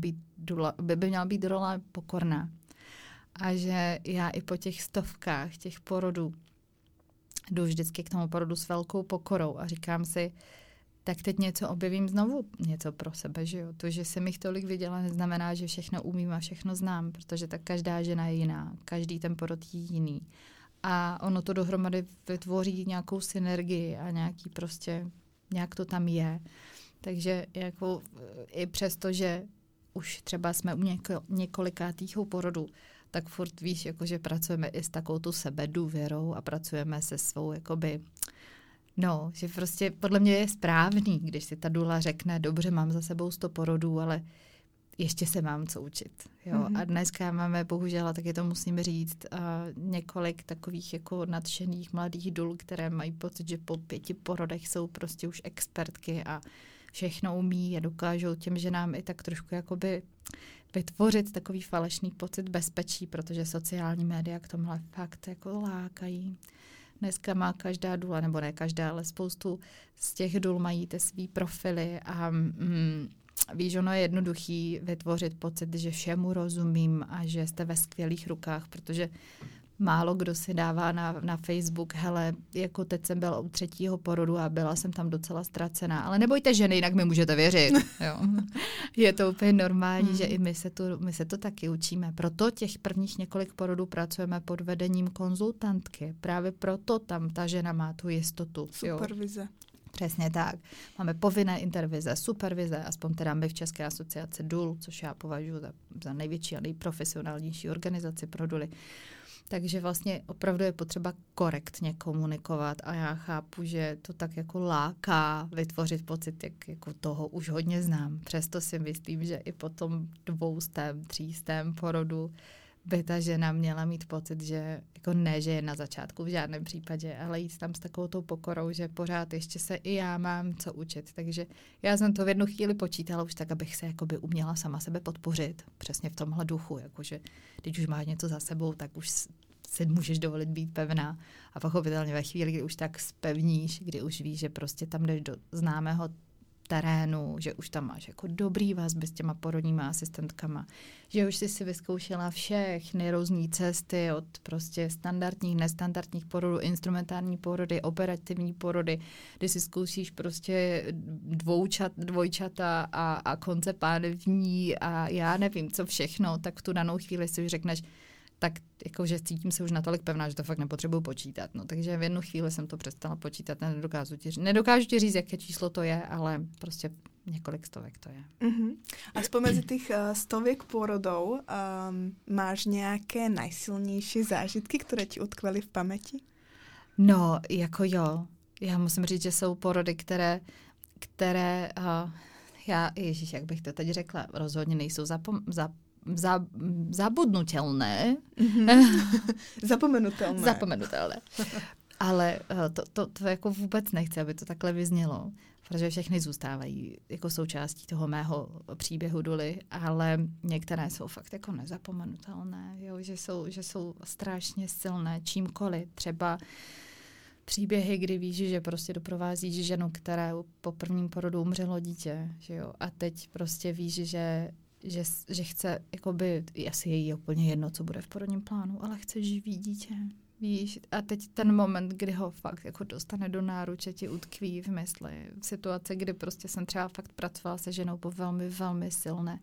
být role pokorná. A že já i po těch stovkách těch porodů jdu vždycky k tomu porodu s velkou pokorou a říkám si, tak teď něco objevím znovu, něco pro sebe, že jo. To, že jsem jich tolik viděla, neznamená, že všechno umím a všechno znám, protože tak každá žena je jiná, každý ten porod je jiný. A ono to dohromady vytvoří nějakou synergii a nějak to tam je. Takže jako i přesto, že už třeba jsme u několikátýho porodu, tak furt víš, jakože pracujeme i s takovou tu sebedůvěrou a pracujeme se svou jakoby že prostě podle mě je správný, když si ta dula řekne, dobře, mám za sebou 100 porodů, ale ještě se mám co učit. Jo? A dneska máme, bohužel, a taky to musím říct, několik takových jako nadšených mladých dul, které mají pocit, že po 5 porodech jsou prostě už expertky a všechno umí a dokážou těm ženám i tak trošku jakoby vytvořit takový falešný pocit bezpečí, protože sociální média k tomhle fakt jako lákají. Dneska má každá dula, nebo ne každá, ale spoustu z těch dul mají ty svý profily a víš, ono je jednoduchý vytvořit pocit, že všemu rozumím a že jste ve skvělých rukách, protože málo kdo si dává na Facebook, hele, jako teď jsem byla u 3. porodu a byla jsem tam docela ztracená, ale nebojte ženy, jinak mi můžete věřit. Jo. Je to úplně normální, že i my se to taky učíme. Proto těch prvních několik porodů pracujeme pod vedením konzultantky. Právě proto tam ta žena má tu jistotu. Supervize. Jo. Přesně tak. Máme povinné intervize, supervize, aspoň teda my v České asociaci DUL, což já považuji za největší a nejprofesionálnější organizaci pro duly. Takže vlastně opravdu je potřeba korektně komunikovat a já chápu, že to tak jako láká vytvořit pocit, jako toho už hodně znám. Přesto si myslím, že i po tom 200., 300. porodu by ta žena měla mít pocit, že jako ne, že je na začátku v žádném případě, ale jít tam s takovou tou pokorou, že pořád ještě se i já mám co učit. Takže já jsem to v jednu chvíli počítala už tak, abych se jakoby uměla sama sebe podpořit. Přesně v tomhle duchu, jakože když už máš něco za sebou, tak už si můžeš dovolit být pevná. A pochopitelně ve chvíli, kdy už tak spevníš, kdy už víš, že prostě tam jdeš do známého terénu, že už tam máš jako dobrý vazby s těma porodníma asistentkama, že už jsi si vyzkoušela všechny různé cesty od prostě standardních, nestandardních porodů, instrumentální porody, operativní porody, kdy si zkoušíš prostě dvojčata a konce pánevní a já nevím, co všechno, tak v tu danou chvíli si už řekneš, tak jakože cítím se už natolik pevná, že to fakt nepotřebuji počítat. No, takže v jednu chvíli jsem to přestala počítat, nedokážu ti říct, jaké číslo to je, ale prostě několik stovek to je. A spomedzi tých stoviek pôrodov máš nějaké nejsilnější zážitky, které ti utkvěly v paměti? No, jako jo. Já musím říct, že jsou porody, které ježiš, jak bych to teď řekla, rozhodně nejsou zabudnutelné. Zapomenutelné. Ale to jako vůbec nechci, aby to takhle vyznělo, protože všechny zůstávají jako součástí toho mého příběhu Duly, ale některé jsou fakt jako nezapomenutelné, jo? Že jsou strašně silné čímkoliv. Třeba příběhy, kdy víš, že prostě doprovázíš ženu, která po prvním porodu umřelo dítě, že jo? A teď prostě víš, že chce, jakoby, asi je jí úplně jedno, co bude v porodním plánu, ale chce živý dítě. Víš, a teď ten moment, kdy ho fakt jako dostane do náruče, ti utkví v mysli. V situaci, kdy prostě jsem třeba fakt pracovala se ženou po velmi, velmi silné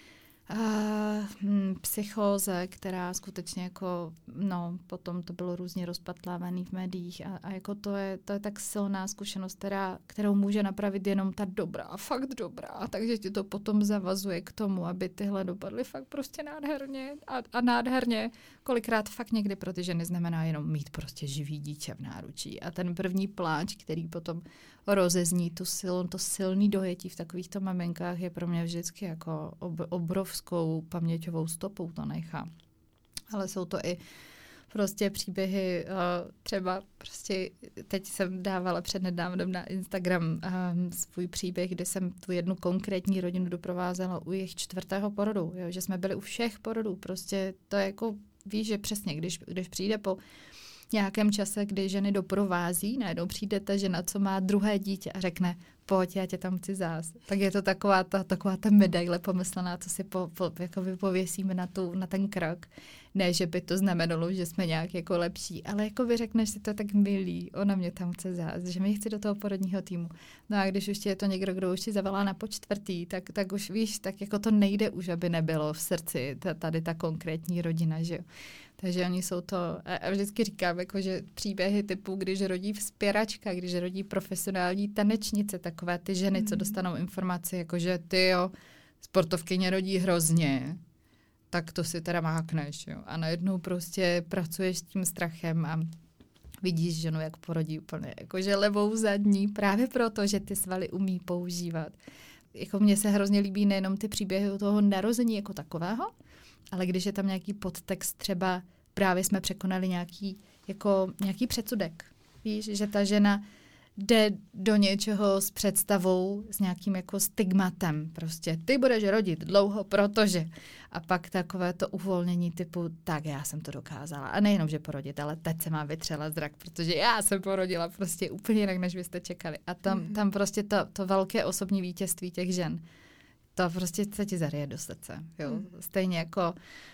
psychóze, která skutečně jako, no, potom to bylo různě rozpatlávaný v médiích a jako to je tak silná zkušenost, kterou může napravit jenom ta dobrá, fakt dobrá, takže ti to potom zavazuje k tomu, aby tyhle dopadly fakt prostě nádherně a nádherně. Kolikrát fakt někdy pro ty ženy znamená jenom mít prostě živý dítě v náručí a ten první pláč, který potom rozezní to silný dojetí v takovýchto maminkách je pro mě vždycky jako obrovskou paměťovou stopou to nechá. Ale jsou to i prostě příběhy, třeba prostě teď jsem dávala přednedávnem na Instagram svůj příběh, kde jsem tu jednu konkrétní rodinu doprovázela u jejich 4. porodu, jo, že jsme byli u všech porodů, prostě to je jako, víš, že přesně, když přijde po nějakém čase, kdy ženy doprovází, najednou přijde ta žena, co má druhé dítě a řekne, pojď, já tě tam chci zás. Tak je to taková ta medaile pomyslená, co si jakoby pověsíme na ten krok. Ne, že by to znamenalo, že jsme nějak jako lepší, ale jako by řekneš si, to je tak milý, ona mě tam chce zás, že mě chce do toho porodního týmu. No a když už je to někdo, kdo už ti zavolá na počtvrtý, tak už víš, tak jako to nejde už, aby nebylo v srdci tady ta konkrétní rodina, že jo. Takže oni jsou to, a vždycky říkám, jako, že příběhy typu, když rodí vzpěračka, když rodí profesionální tanečnice, takové ty ženy, co dostanou informaci, jako že ty jo, sportovkyně rodí hrozně, tak to si teda mákneš, jo. A najednou prostě pracuješ s tím strachem a vidíš ženu, jak porodí úplně, jakože levou zadní, právě proto, že ty svaly umí používat. Jako mně se hrozně líbí nejenom ty příběhy o toho narození jako takového, ale když je tam nějaký podtext, třeba právě jsme překonali nějaký předsudek. Víš, že ta žena jde do něčeho s představou, s nějakým jako stigmatem. Prostě ty budeš rodit dlouho, protože. A pak takové to uvolnění typu, tak já jsem to dokázala. A nejenom, že porodit, ale teď se má vytřela zrak, protože já jsem porodila prostě úplně jinak, než byste čekali. A tam prostě to velké osobní vítězství těch žen, to prostě se ti zaryje do srdce. Jo? Stejně jako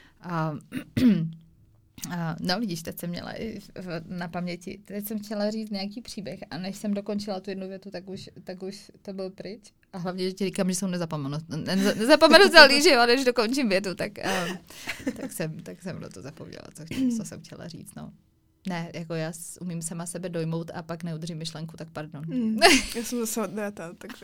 no vidíš, teď jsem měla na paměti, teď jsem chtěla říct nějaký příběh a než jsem dokončila tu jednu větu, tak už to byl pryč. A hlavně, že ti říkám, že jsou nezapomenutelný, že jo, než dokončím větu, tak jsem na to zapomněla, co jsem chtěla říct, no. Ne, jako já umím sama sebe dojmout a pak neudržím myšlenku, tak pardon. Já jsem zase oddátal, takže...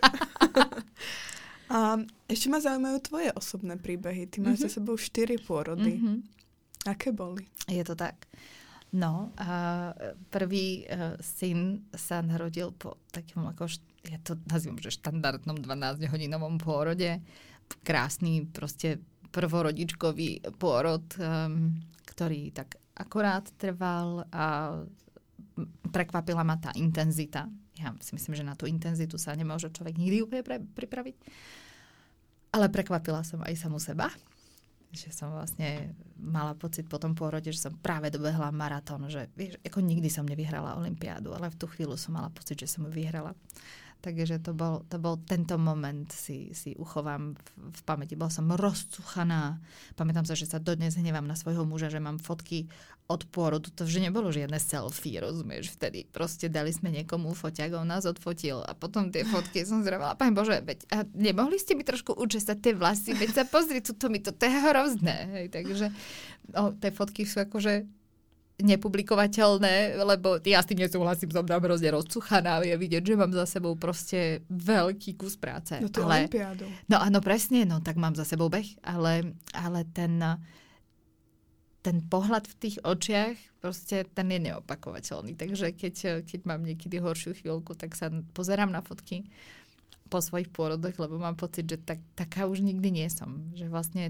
A ešte ma zaujímajú tvoje osobné príbehy. Ty máš za sebou 4 pôrody. Aké boli? Je to tak. No, prvý syn sa narodil po takým, ako, ja to nazvím, že štandardnom 12-hodinovom pôrode. Krásný, prostě prvorodičkový pôrod, ktorý tak akorát trval a prekvapila ma tá intenzita. Ja si myslím, že na tú intenzitu sa nemôže človek nikdy úplne pripraviť. Ale prekvapila som aj samu seba, že som vlastne mala pocit po tom pôrode, že som práve dobehla maratón, že vieš, ako nikdy som nevyhrala olympiádu, ale v tú chvíľu som mala pocit, že som ju vyhrala. Takže to bol tento moment si uchovám v pamäti. Bola som rozcuchaná. Pamätám sa, že sa dodnes hnevám na svojho muža, že mám fotky od pôrodu. To že nebolo žiadne selfie, rozumieš? Vtedy proste dali sme niekomu foťák, on nás odfotil a potom tie fotky som zrovala. Pane Bože, veď a nemohli ste mi trošku učesať tie vlasy? Veď sa pozri, to je hrozné. Hej, takže tie fotky sú akože nepublikovateľné, lebo ja s tým nesúhlasím, som tam hrozne rozcuchaná, je vidieť, že mám za sebou proste veľký kus práce. No to olympiádu. No áno, presne, no tak mám za sebou beh, ale ten pohľad v tých očiach, proste ten je neopakovateľný. Takže keď mám niekedy horšiu chvíľku, tak sa pozerám na fotky po svojich pôrodoch, lebo mám pocit, že taká už nikdy nie som. Že vlastne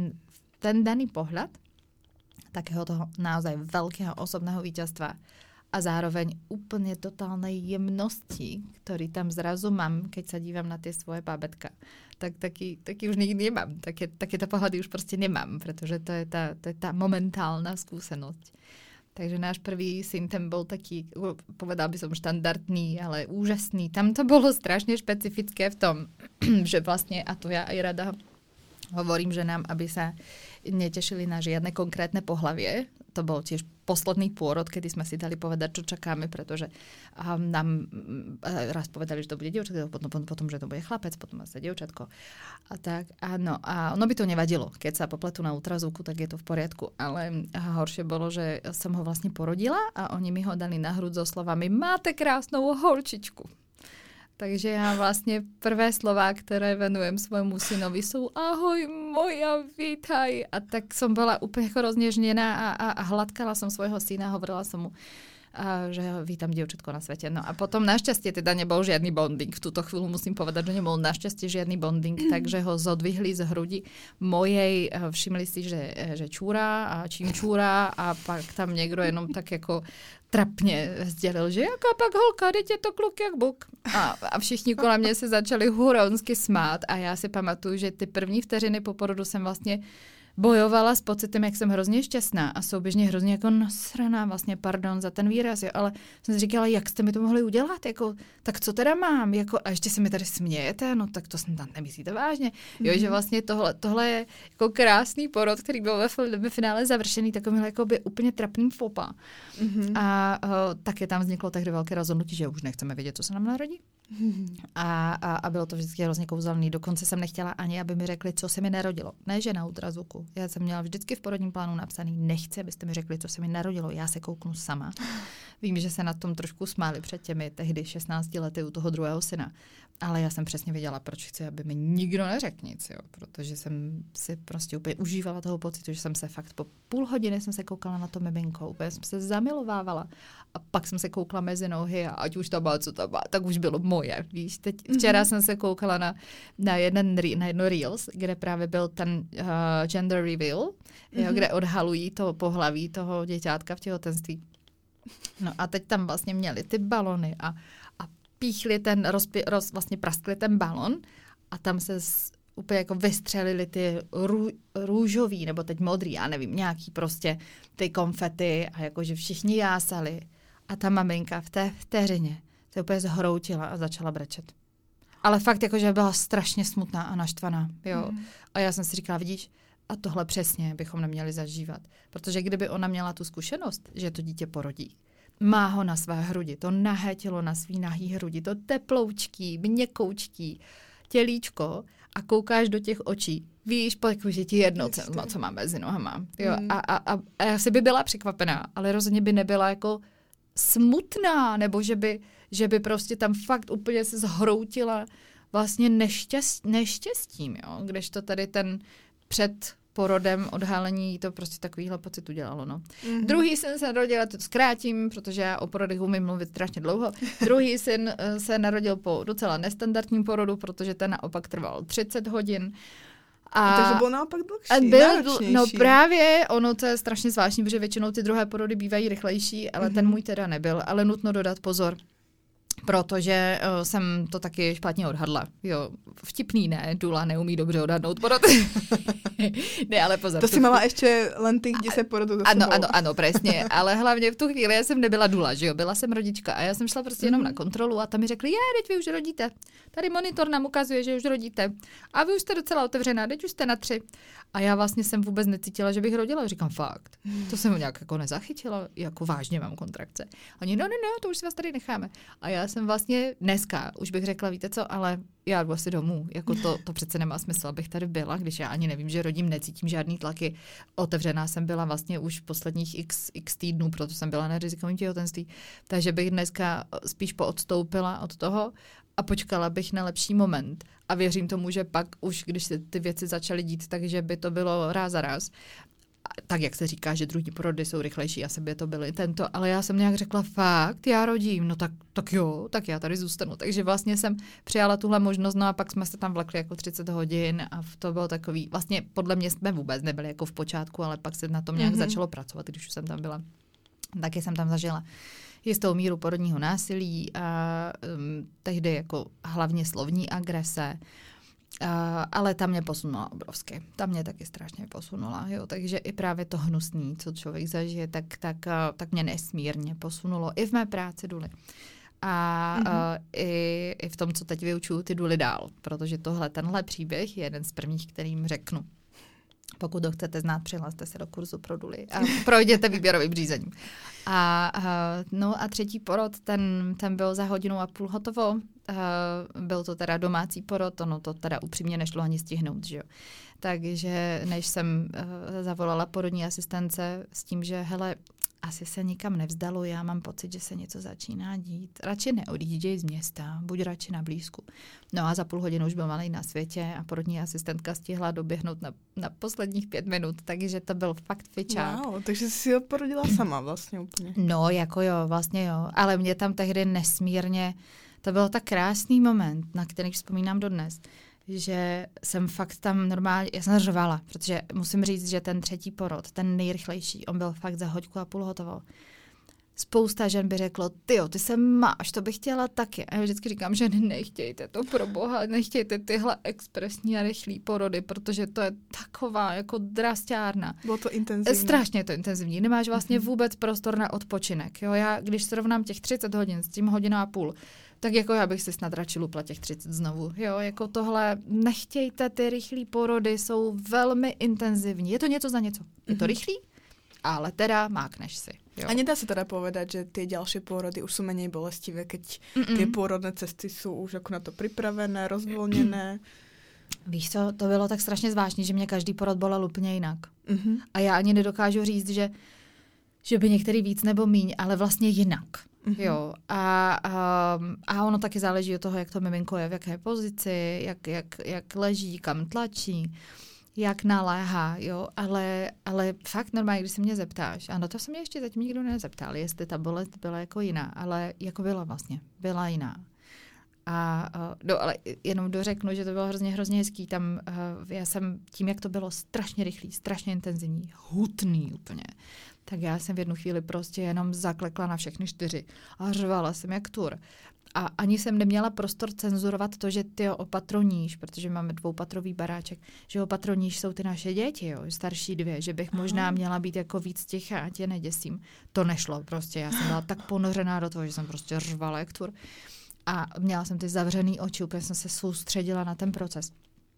ten daný pohľad takého toho naozaj veľkého osobného víťazstva a a zároveň úplne totálnej jemnosti, ktorý tam zrazu mám, keď sa dívam na tie svoje bábätka. Tak taký už nikdy nemám. Takéto pohľady už proste nemám, pretože to je tá momentálna skúsenosť. Takže náš prvý syn, ten bol taký, povedal by som štandardný, ale úžasný. Tam to bolo strašne špecifické v tom, že vlastne, a to ja aj rada hovorím ženám, aby sa netešili na žiadne konkrétne pohlavie. To bol tiež posledný pôrod, kedy sme si dali povedať, čo čakáme, pretože nám raz povedali, že to bude dievčatko, potom, že to bude chlapec, potom asi dievčatko. A tak, áno. A ono by to nevadilo. Keď sa popletú na ultrazvuku, tak je to v poriadku. Ale horšie bolo, že som ho vlastne porodila a oni mi ho dali na hruď so slovami máte krásnou holčičku. Takže ja vlastne prvé slová, ktoré venujem svojmu synovi sú ahoj moja, vítaj. A tak som bola úplne roznežnená a hladkala som svojho syna, hovorila som mu, že vítam dievčatko na svete. No a potom našťastie teda nebol žiadny bonding. V túto chvíľu musím povedať, že nebol našťastie žiadny bonding, takže ho zodvihli z hrudi mojej, všimli si, že čúra a čím čúra a pak tam niekto jenom tak ako trapně sdělil, že jaká pak holka, teď je to kluk jak buk. A všichni kolem mě se začali huronsky smát a já si pamatuju, že ty první vteřiny po porodu jsem vlastně bojovala s pocitem, jak jsem hrozně šťastná a souběžně hrozně jako nasraná, vlastně pardon za ten výraz, jo, ale jsem si říkala, jak jste mi to mohli udělat, jako, tak co teda mám, jako, a ještě se mi tady smějete, no tak to snad nemyslíte vážně, jo, že vlastně tohle je jako krásný porod, který byl ve finále završený takovýmhle jako by úplně trapným fopa. A také tam vzniklo tehdy velké rozhodnutí, že už nechceme vědět, co se nám narodí. A bylo to vždycky hrozně kouzelný. Dokonce jsem nechtěla ani, aby mi řekli, co se mi narodilo. Ne, že na ultrazvuku. Já jsem měla vždycky v porodním plánu napsaný, nechci, abyste mi řekli, co se mi narodilo. Já se kouknu sama. Vím, že se na tom trošku smáli před těmi tehdy 16 lety u toho druhého syna. Ale já jsem přesně věděla, proč chci, aby mi nikdo neřekl nic, jo. Protože jsem si prostě úplně užívala toho pocitu, že jsem se fakt po půl hodiny jsem se koukala na to miminko, úplně jsem se zamilovávala a pak jsem se koukla mezi nohy a ať už to má, co to má, tak už bylo moje, víš. Včera jsem se koukala na jedno Reels, kde právě byl ten gender reveal, jo, kde odhalují to pohlaví toho děťátka v těhotenství. No a teď tam vlastně měli ty balony a píchli vlastně praskli ten balon a tam se úplně jako vystřelili ty růžový, nebo teď modrý, já nevím, nějaký prostě ty konfety a jakože všichni jásali. A ta maminka v té vteřině se úplně zhroutila a začala brečet. Ale fakt jakože byla strašně smutná a naštvaná, jo. A já jsem si říkala, vidíš, a tohle přesně bychom neměli zažívat. Protože kdyby ona měla tu zkušenost, že to dítě porodí, má ho na své hrudi, to nahé tělo na svý nahý hrudi, to teploučký, měkoučký tělíčko a koukáš do těch očí. Víš, že ti jedno, co má mezi nohama. Jo, a asi by byla překvapená, ale rozhodně by nebyla jako smutná, nebo že by prostě tam fakt úplně se zhroutila vlastně neštěstím, jo, kdežto tady ten před porodem, odhalení, to prostě takovýhle pocit udělalo, no. Druhý syn se narodil, to zkrátím, protože já o porodech umím mluvit strašně dlouho. Druhý syn se narodil po docela nestandardním porodu, protože ten naopak trval 30 hodin. Takže byl naopak dlhší, no právě, ono to je strašně zvláštní, protože většinou ty druhé porody bývají rychlejší, ale ten můj teda nebyl, ale nutno dodat pozor. Protože jsem to taky špatně odhadla. Jo, vtipný ne, Dula neumí dobře odhadnout porod. Ne, ale pozor. To si mala ještě len ty, kde se porodu Ano, presně. Ale hlavně v tu chvíli já jsem nebyla Dula, že jo, byla jsem rodička a já jsem šla prostě jenom na kontrolu a tam mi řekli, teď vy už rodíte. Tady monitor nám ukazuje, že už rodíte. A vy už jste docela otevřená, teď už jste na 3. A já vlastně jsem vůbec necítila, že bych rodila. Říkám, fakt. To jsem nějak jako nezachytila, jako vážně mám kontrakce. Oni, no, to už si vás tady necháme. A já jsem vlastně dneska, už bych řekla, víte co, ale já jdu asi domů. Jako to přece nemá smysl, abych tady byla, když já ani nevím, že rodím, necítím žádný tlaky. Otevřená jsem byla vlastně už posledních x týdnů, proto jsem byla na rizikovém těhotenství. Takže bych dneska spíš poodstoupila od toho a počkala bych na lepší moment. A věřím tomu, že pak už, když se ty věci začaly dít, takže by to bylo ráz za ráz. Tak, jak se říká, že druhý porody jsou rychlejší, asi by to byly tento, ale já jsem nějak řekla, fakt, já rodím, no tak jo, tak já tady zůstanu. Takže vlastně jsem přijala tuhle možnost, no a pak jsme se tam vlekli jako 30 hodin a to bylo takový, vlastně podle mě jsme vůbec nebyli jako v počátku, ale pak se na tom nějak začalo pracovat, když už jsem tam byla Taky jsem tam zažila jistou míru porodního násilí a tehdy jako hlavně slovní agrese, ale ta mě posunula obrovsky. Ta mě taky strašně posunula. Jo? Takže i právě to hnusný, co člověk zažije, tak mě nesmírně posunulo i v mé práci Duly. A i v tom, co teď vyučuju ty Duly dál, protože tenhle příběh je jeden z prvních, kterým řeknu. Pokud ho chcete znát, přihlaste se do kurzu pro Duly a projděte výběrovým řízením. No a třetí porod, ten byl za 1,5 hodiny hotovo. Byl to teda domácí porod, ono to teda upřímně nešlo ani stihnout, že jo. Takže než jsem zavolala porodní asistence s tím, že hele, asi se nikam nevzdalo, já mám pocit, že se něco začíná dít. Radši neodjížděj z města, buď radši na blízku. No a za 0,5 hodiny už byl malej na světě a porodní asistentka stihla doběhnout na posledních 5 minut, takže to byl fakt fičák. Wow, takže jsi ho porodila sama vlastně úplně. No, jako jo, vlastně jo, ale mě tam tehdy nesmírně, to byl tak krásný moment, na který vzpomínám dodnes, že jsem fakt tam normálně, já jsem řvala, protože musím říct, že ten třetí porod, ten nejrychlejší, on byl fakt za 1,5 hodiny hotovo. Spousta žen by řeklo, tyjo, ty se máš, to bych chtěla taky. A já vždycky říkám, že nechtějte to pro boha, nechtějte tyhle expresní a rychlý porody, protože to je taková jako drasťárna. Bylo to intenzivní. Strašně to intenzivní, nemáš vlastně vůbec prostor na odpočinek. Jo? Já, když srovnám těch 30 hodin s tím 1,5 hodiny, tak jako já bych si snad radši lupla těch 30 znovu. Jo, jako tohle, nechtějte, ty rychlý porody jsou velmi intenzivní. Je to něco za něco. Je to rychlý, ale teda mákneš si. Jo. A nedá se teda povedať, že ty ďalšie pôrody už sú menej bolestivé, keď tie pôrodné cesty sú už jako na to připravené, rozvolněné. Víš co, to bylo tak strašně zvláštní, že mě každý porod bolel úplně jinak. A já ani nedokážu říct, že by některý víc nebo míň, ale vlastně jinak. Jo. A ono taky záleží od toho, jak to miminko je, v jaké pozici, jak leží, kam tlačí, jak naléhá, jo, ale fakt normálně, když se mě zeptáš, a na to se mě ještě zatím nikdo nezeptal, jestli ta bolest byla jako jiná, ale jako byla jiná. Ale jenom dořeknu, že to bylo hrozně hezký, tam já jsem tím, jak to bylo strašně rychlý, strašně intenzivní, hutný úplně, tak já jsem v jednu chvíli prostě jenom zaklekla na všechny 4 a řvala jsem jak tur. A ani jsem neměla prostor cenzurovat to, že ty opatroníš, protože máme 2patrový baráček, že opatroníš jsou ty naše děti, jo, starší 2, že bych možná měla být jako víc tichá, ať je neděsím. To nešlo prostě, já jsem byla tak ponořená do toho, že jsem prostě řvala jak tur. A měla jsem ty zavřený oči, úplně jsem se soustředila na ten proces.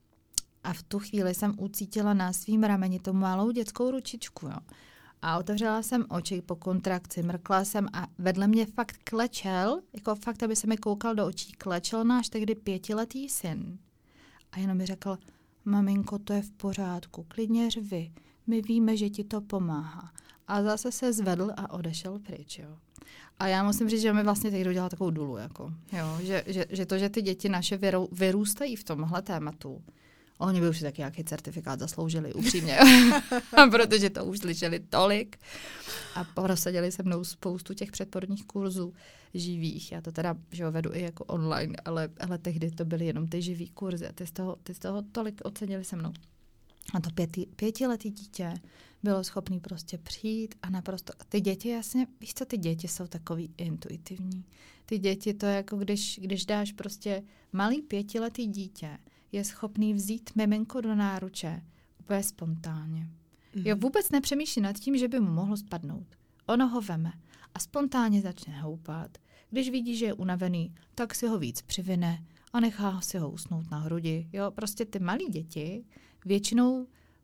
A v tu chvíli jsem ucítila na svým rameni tu malou dětskou ručičku, jo. A otevřela jsem oči po kontrakci, mrkla jsem a vedle mě fakt klečel, jako fakt, aby se mi koukal do očí, klečel náš tehdy 5letý syn. A jenom mi řekl, maminko, to je v pořádku, klidně řvi, my víme, že ti to pomáhá. A zase se zvedl a odešel pryč, jo. A já musím říct, že mi vlastně teď udělala takovou Dulu, jako, jo, že to, že ty děti naše vyrůstají v tomhle tématu, oni by už si taky nějaký certifikát zasloužili, upřímně, protože to už slyšeli tolik. A prosadili se mnou spoustu těch předporodních kurzů živých. Já to teda vedu i jako online, ale tehdy to byly jenom ty živý kurzy a ty z toho tolik ocenili se mnou. A to 5letý dítě bylo schopný prostě přijít a naprosto... Ty děti jasně, víš co, ty děti jsou takový intuitivní. Ty děti to je jako když dáš prostě malý 5letý dítě, je schopný vzít miminko do náruče úplně spontánně. Jo, vůbec nepřemýšlí nad tím, že by mu mohlo spadnout. Ono ho veme a spontánně začne houpat. Když vidí, že je unavený, tak si ho víc přivine a nechá si ho usnout na hrudi. Jo, prostě ty malí děti většinou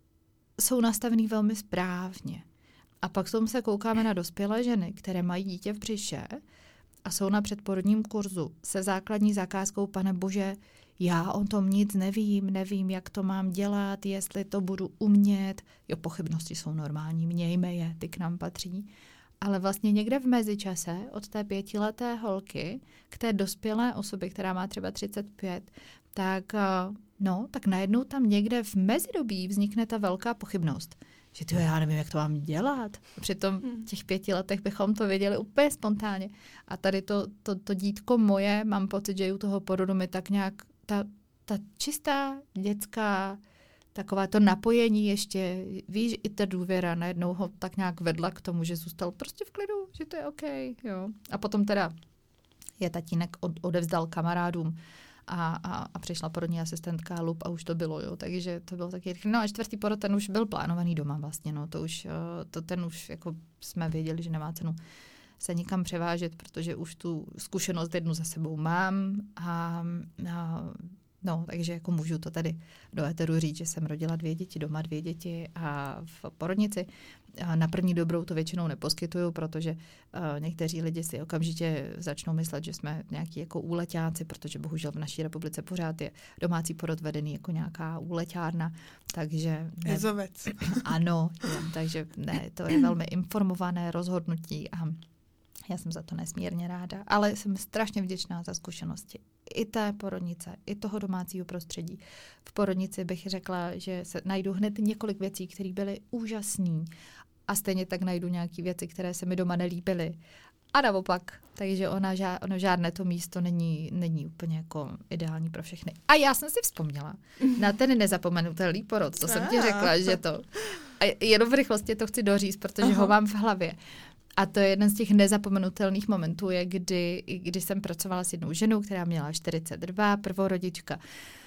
jsou nastavený velmi správně. A pak tomu se koukáme na dospělé ženy, které mají dítě v břiše a jsou na předporodním kurzu se základní zakázkou, pane bože, já o tom nic nevím, jak to mám dělat, jestli to budu umět. Jo, pochybnosti jsou normální, mějme je, ty k nám patří. Ale vlastně někde v mezičase od té 5leté holky k té dospělé osobě, která má třeba 35, tak najednou tam někde v mezidobí vznikne ta velká pochybnost. Že já nevím, jak to mám dělat. Přitom v těch 5 letech bychom to věděli úplně spontánně. A tady to dítko moje, mám pocit, že u toho porodu mi tak nějak ta čistá dětská taková to napojení ještě, víš, i ta důvěra najednou ho tak nějak vedla k tomu, že zůstal prostě v klidu, že to je OK, jo. A potom teda je tatínek odevzdal kamarádům a přišla porodní asistentka Lup a už to bylo, jo, takže to bylo taky. No a 4. porod, ten už byl plánovaný doma vlastně, no, ten už jako jsme věděli, že nemá cenu se nikam převážet, protože už tu zkušenost jednu za sebou mám no, takže jako můžu to tady do éteru říct, že jsem rodila 2 děti doma, 2 děti a v porodnici. Na první dobrou to většinou neposkytuju, protože někteří lidi si okamžitě začnou myslet, že jsme nějaký jako úleťáci, protože bohužel v naší republice pořád je domácí porod vedený jako nějaká úleťárna, takže... Jezovec. Ano, takže ne, to je velmi informované rozhodnutí a já jsem za to nesmírně ráda, ale jsem strašně vděčná za zkušenosti i té porodnice, i toho domácího prostředí. V porodnici bych řekla, že se najdu hned několik věcí, které byly úžasné a stejně tak najdu nějaké věci, které se mi doma nelíbily. A naopak, takže ono žádné to místo není úplně jako ideální pro všechny. A já jsem si vzpomněla na ten nezapomenutelný porod, co jsem ti řekla, že to. A jenom v rychlosti to chci doříct, protože ho mám v hlavě. A to je jeden z těch nezapomenutelných momentů, je kdy jsem pracovala s jednou ženou, která měla 42, prvorodička.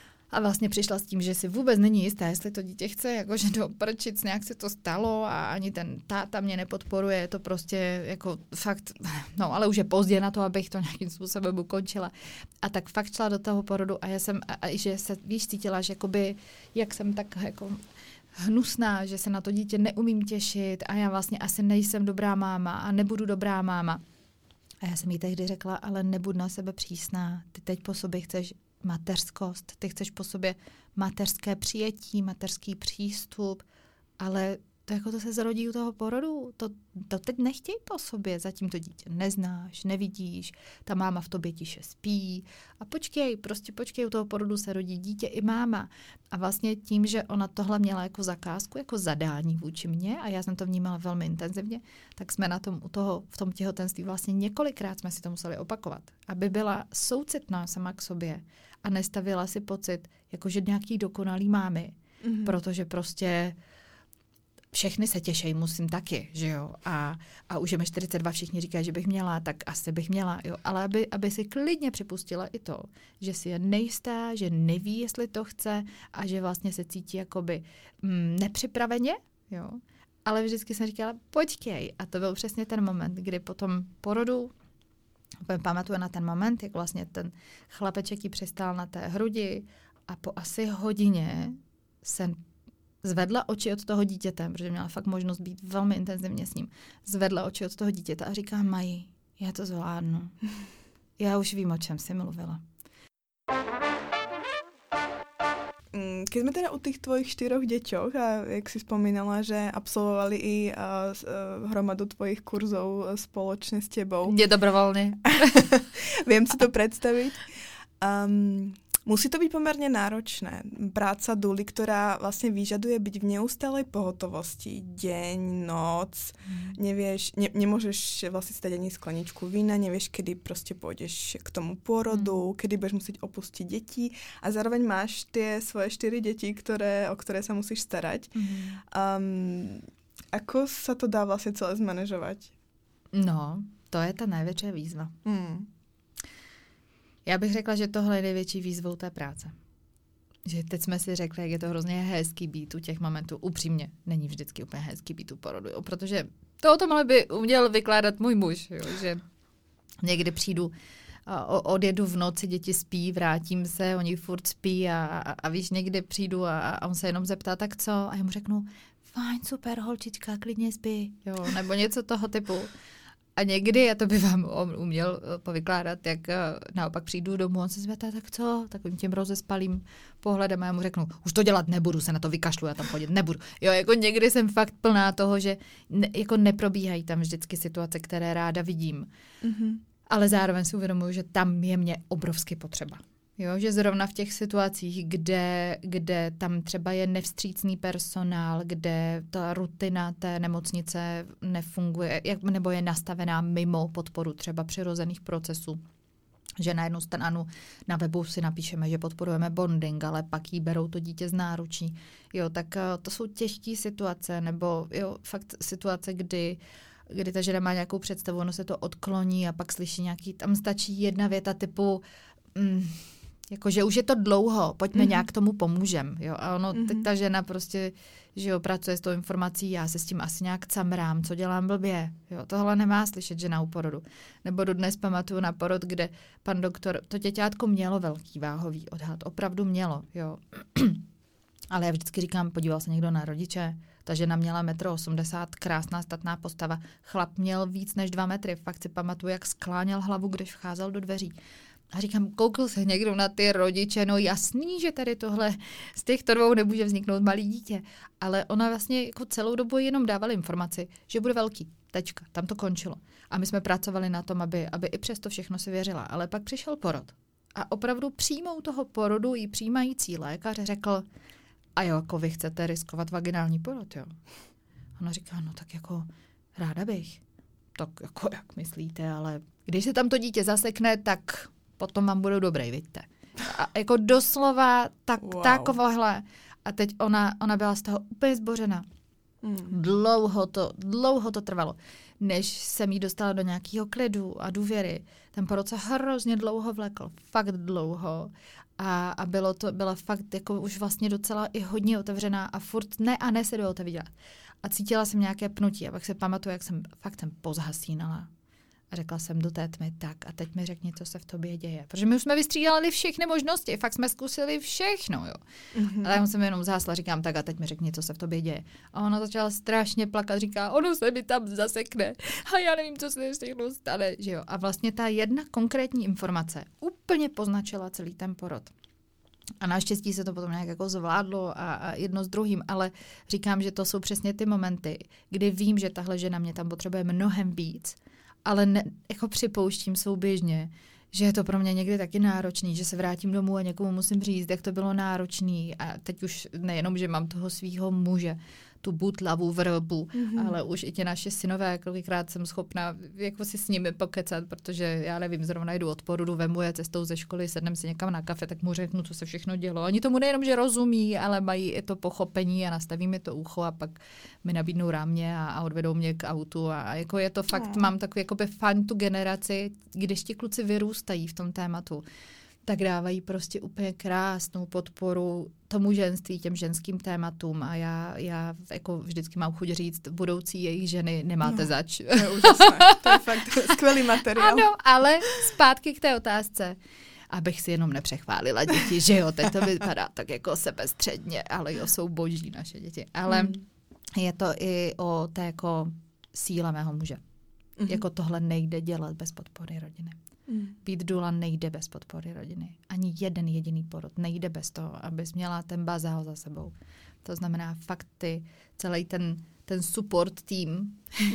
A vlastně přišla s tím, že si vůbec není jistá, jestli to dítě chce, jakože doprčit, nějak se to stalo a ani ten táta mě nepodporuje, je to prostě jako fakt, no ale už je pozdě na to, abych to nějakým způsobem ukončila. A tak fakt šla do toho porodu a já jsem, že se, víš, cítila, že jakoby, jak jsem tak jako hnusná, že se na to dítě neumím těšit a já vlastně asi nejsem dobrá máma a nebudu dobrá máma. A já jsem jí tehdy řekla, ale nebuď na sebe přísná, ty teď po sobě chceš mateřskost, ty chceš po sobě mateřské přijetí, mateřský přístup, ale to se zrodí u toho porodu, to teď nechtěj po sobě, zatím to dítě neznáš, nevidíš, ta máma v tobě tiše spí a počkej, u toho porodu se rodí dítě i máma. A vlastně tím, že ona tohle měla jako zakázku, jako zadání vůči mně a já jsem to vnímala velmi intenzivně, tak jsme na tom v tom těhotenství vlastně několikrát jsme si to museli opakovat, aby byla soucitná sama k sobě a nestavila si pocit, jakože nějaký dokonalý mámy, protože prostě všechny se těšejí, musím taky, že jo. A už je mi 42, všichni říkají, že bych měla, tak asi bych měla, jo. Ale aby si klidně připustila i to, že si je nejistá, že neví, jestli to chce a že vlastně se cítí jakoby nepřipraveně, jo. Ale vždycky jsem říkala, počkej. A to byl přesně ten moment, kdy po tom porodu, pamatuju na ten moment, jak vlastně ten chlapeček jí přistál na té hrudi a po asi hodině jsem zvedla oči od toho dítěte, protože měla fakt možnost být velmi intenzivně s ním. Zvedla oči od toho dítěte a říká, Maji, já to zvládnu. Já už vím, o čem jsi mluvila. Keď sme teda u tých tvojich 4 deťoch a jak si spomínala, že absolvovali i hromadu tvojich kurzov spoločne s tebou. Nedobrovoľne. Viem si to predstaviť. Musí to byť pomerne náročné. Práca duly, ktorá vlastne vyžaduje byť v neustálej pohotovosti. Deň, noc. Nevieš, nemôžeš vlastne stať ani skleničku vína, nevieš, kedy proste pôjdeš k tomu pôrodu, kedy budeš musieť opustiť deti a zároveň máš tie svoje 4 deti, o ktoré sa musíš starať. Ako sa to dá vlastne celé zmanéžovať? No, to je ta největší výzva. Já bych řekla, že tohle je největší výzvou té práce. Že teď jsme si řekli, jak je to hrozně hezký být u těch momentů. Upřímně, není vždycky úplně hezký být u porodu, jo, protože to tomhle by uměl vykládat můj muž, jo, že někdy přijdu, odjedu v noci, děti spí, vrátím se, oni furt spí a víš, někdy přijdu a on se jenom zeptá, tak co? A já mu řeknu, fajn, super, holčička, klidně spí, jo, nebo něco toho typu. A někdy, a to by vám uměl povykládat, jak naopak přijdu domů, on se zvětá, tak co? Takovým tím rozespalým pohledem a já mu řeknu, už to dělat nebudu, se na to vykašlu, já tam chodit nebudu. Jo, jako někdy jsem fakt plná toho, že jako neprobíhají tam vždycky situace, které ráda vidím. Ale zároveň si uvědomuji, že tam je mě obrovsky potřeba. Jo, že zrovna v těch situacích, kde tam třeba je nevstřícný personál, kde ta rutina té nemocnice nefunguje, nebo je nastavená mimo podporu třeba přirozených procesů, že na jednu stranu na webu si napíšeme, že podporujeme bonding, ale pak jí berou to dítě z náručí. Jo, tak to jsou těžké situace, nebo jo, fakt situace, kdy ta žena má nějakou představu, ono se to odkloní a pak slyší nějaký, tam stačí jedna věta typu, jakože už je to dlouho, pojďme nějak tomu pomůžem. Jo? A ono, teď ta žena prostě, že jo, pracuje s tou informací, já se s tím asi nějak camrám, co dělám blbě. Jo? Tohle nemá slyšet žena u porodu. Nebo dodnes pamatuju na porod, kde pan doktor, to děťátko mělo velký váhový odhad, opravdu mělo. Jo? Ale já vždycky říkám, podíval se někdo na rodiče, ta žena měla 1,80 m, krásná statná postava, chlap měl víc než 2 metry, fakt si pamatuju, jak skláněl hlavu, když vcházel do dveří. A říkám, koukl se někdo na ty rodiče, no jasný, že tady tohle z těchto dvou nemůže vzniknout malý dítě. Ale ona vlastně jako celou dobu jenom dávala informaci, že bude velký. Tečka, tam to končilo. A my jsme pracovali na tom, aby i přesto všechno si věřila. Ale pak přišel porod. A opravdu přímou toho porodu jí přijímající lékař řekl, a jo, jako vy chcete riskovat vaginální porod, jo. Ona říká, no tak jako ráda bych. Tak jako jak myslíte, ale když se tam to dítě zasekne, tak potom vám budou dobrý, vidíte. A jako doslova takováhle. A teď ona byla z toho úplně zbořena. Dlouho to trvalo, než jsem jí dostala do nějakého klidu a důvěry. Ten porod se hrozně dlouho vlekl, fakt dlouho. A byla fakt jako už vlastně docela i hodně otevřená a furt ne se do otevřela. A cítila jsem nějaké pnutí a pak se pamatuju, jak jsem pozhasínala. A řekla jsem do té tmy, tak a teď mi řekni, co se v tobě děje. Protože my už jsme vystřídali všechny možnosti, fakt jsme zkusili všechno, jo. Ale já jsem jenom zhasla, říkám, tak a teď mi řekni, co se v tobě děje. A ona začala strašně plakat, říká, ono se mi tam zasekne a já nevím, co se všechno stane, že jo. A vlastně ta jedna konkrétní informace úplně poznačila celý ten porod. A naštěstí se to potom nějak jako zvládlo a jedno s druhým, ale říkám, že to jsou přesně ty momenty, kdy vím, že tahle žena mě tam potřebuje mnohem víc, ale jako připouštím souběžně, že je to pro mě někdy taky náročný, že se vrátím domů a někomu musím říct, jak to bylo náročný. A teď už nejenom, že mám toho svýho muže, tu butlavu vrbu, ale už i ti naše synové, kolikrát jsem schopná jako si s nimi pokecat, protože já nevím, zrovna jdu od porodu, vemu je cestou ze školy, sednem si někam na kafe, tak mu řeknu, co se všechno dělo. Oni tomu nejenom, že rozumí, ale mají i to pochopení a nastaví mi to ucho a pak mi nabídnou rámě a odvedou mě k autu a jako je to fakt, mám takový jakoby fajn tu generaci, když ti kluci vyrůstají v tom tématu, tak dávají prostě úplně krásnou podporu tomu ženství, těm ženským tématům a já jako vždycky mám chuť říct, budoucí jejich ženy nemáte zač. To je úžasné, to je fakt skvělý materiál. Ano, ale zpátky k té otázce, abych si jenom nepřechválila děti, že jo, teď to vypadá tak jako sebestředně, ale jo, jsou boží naše děti. Ale je to i o té jako síle mého muže. Jako tohle nejde dělat bez podpory rodiny. Být dula nejde bez podpory rodiny. Ani jeden jediný porod nejde bez toho, abys měla ten bazál za sebou. To znamená fakt celý ten support tým,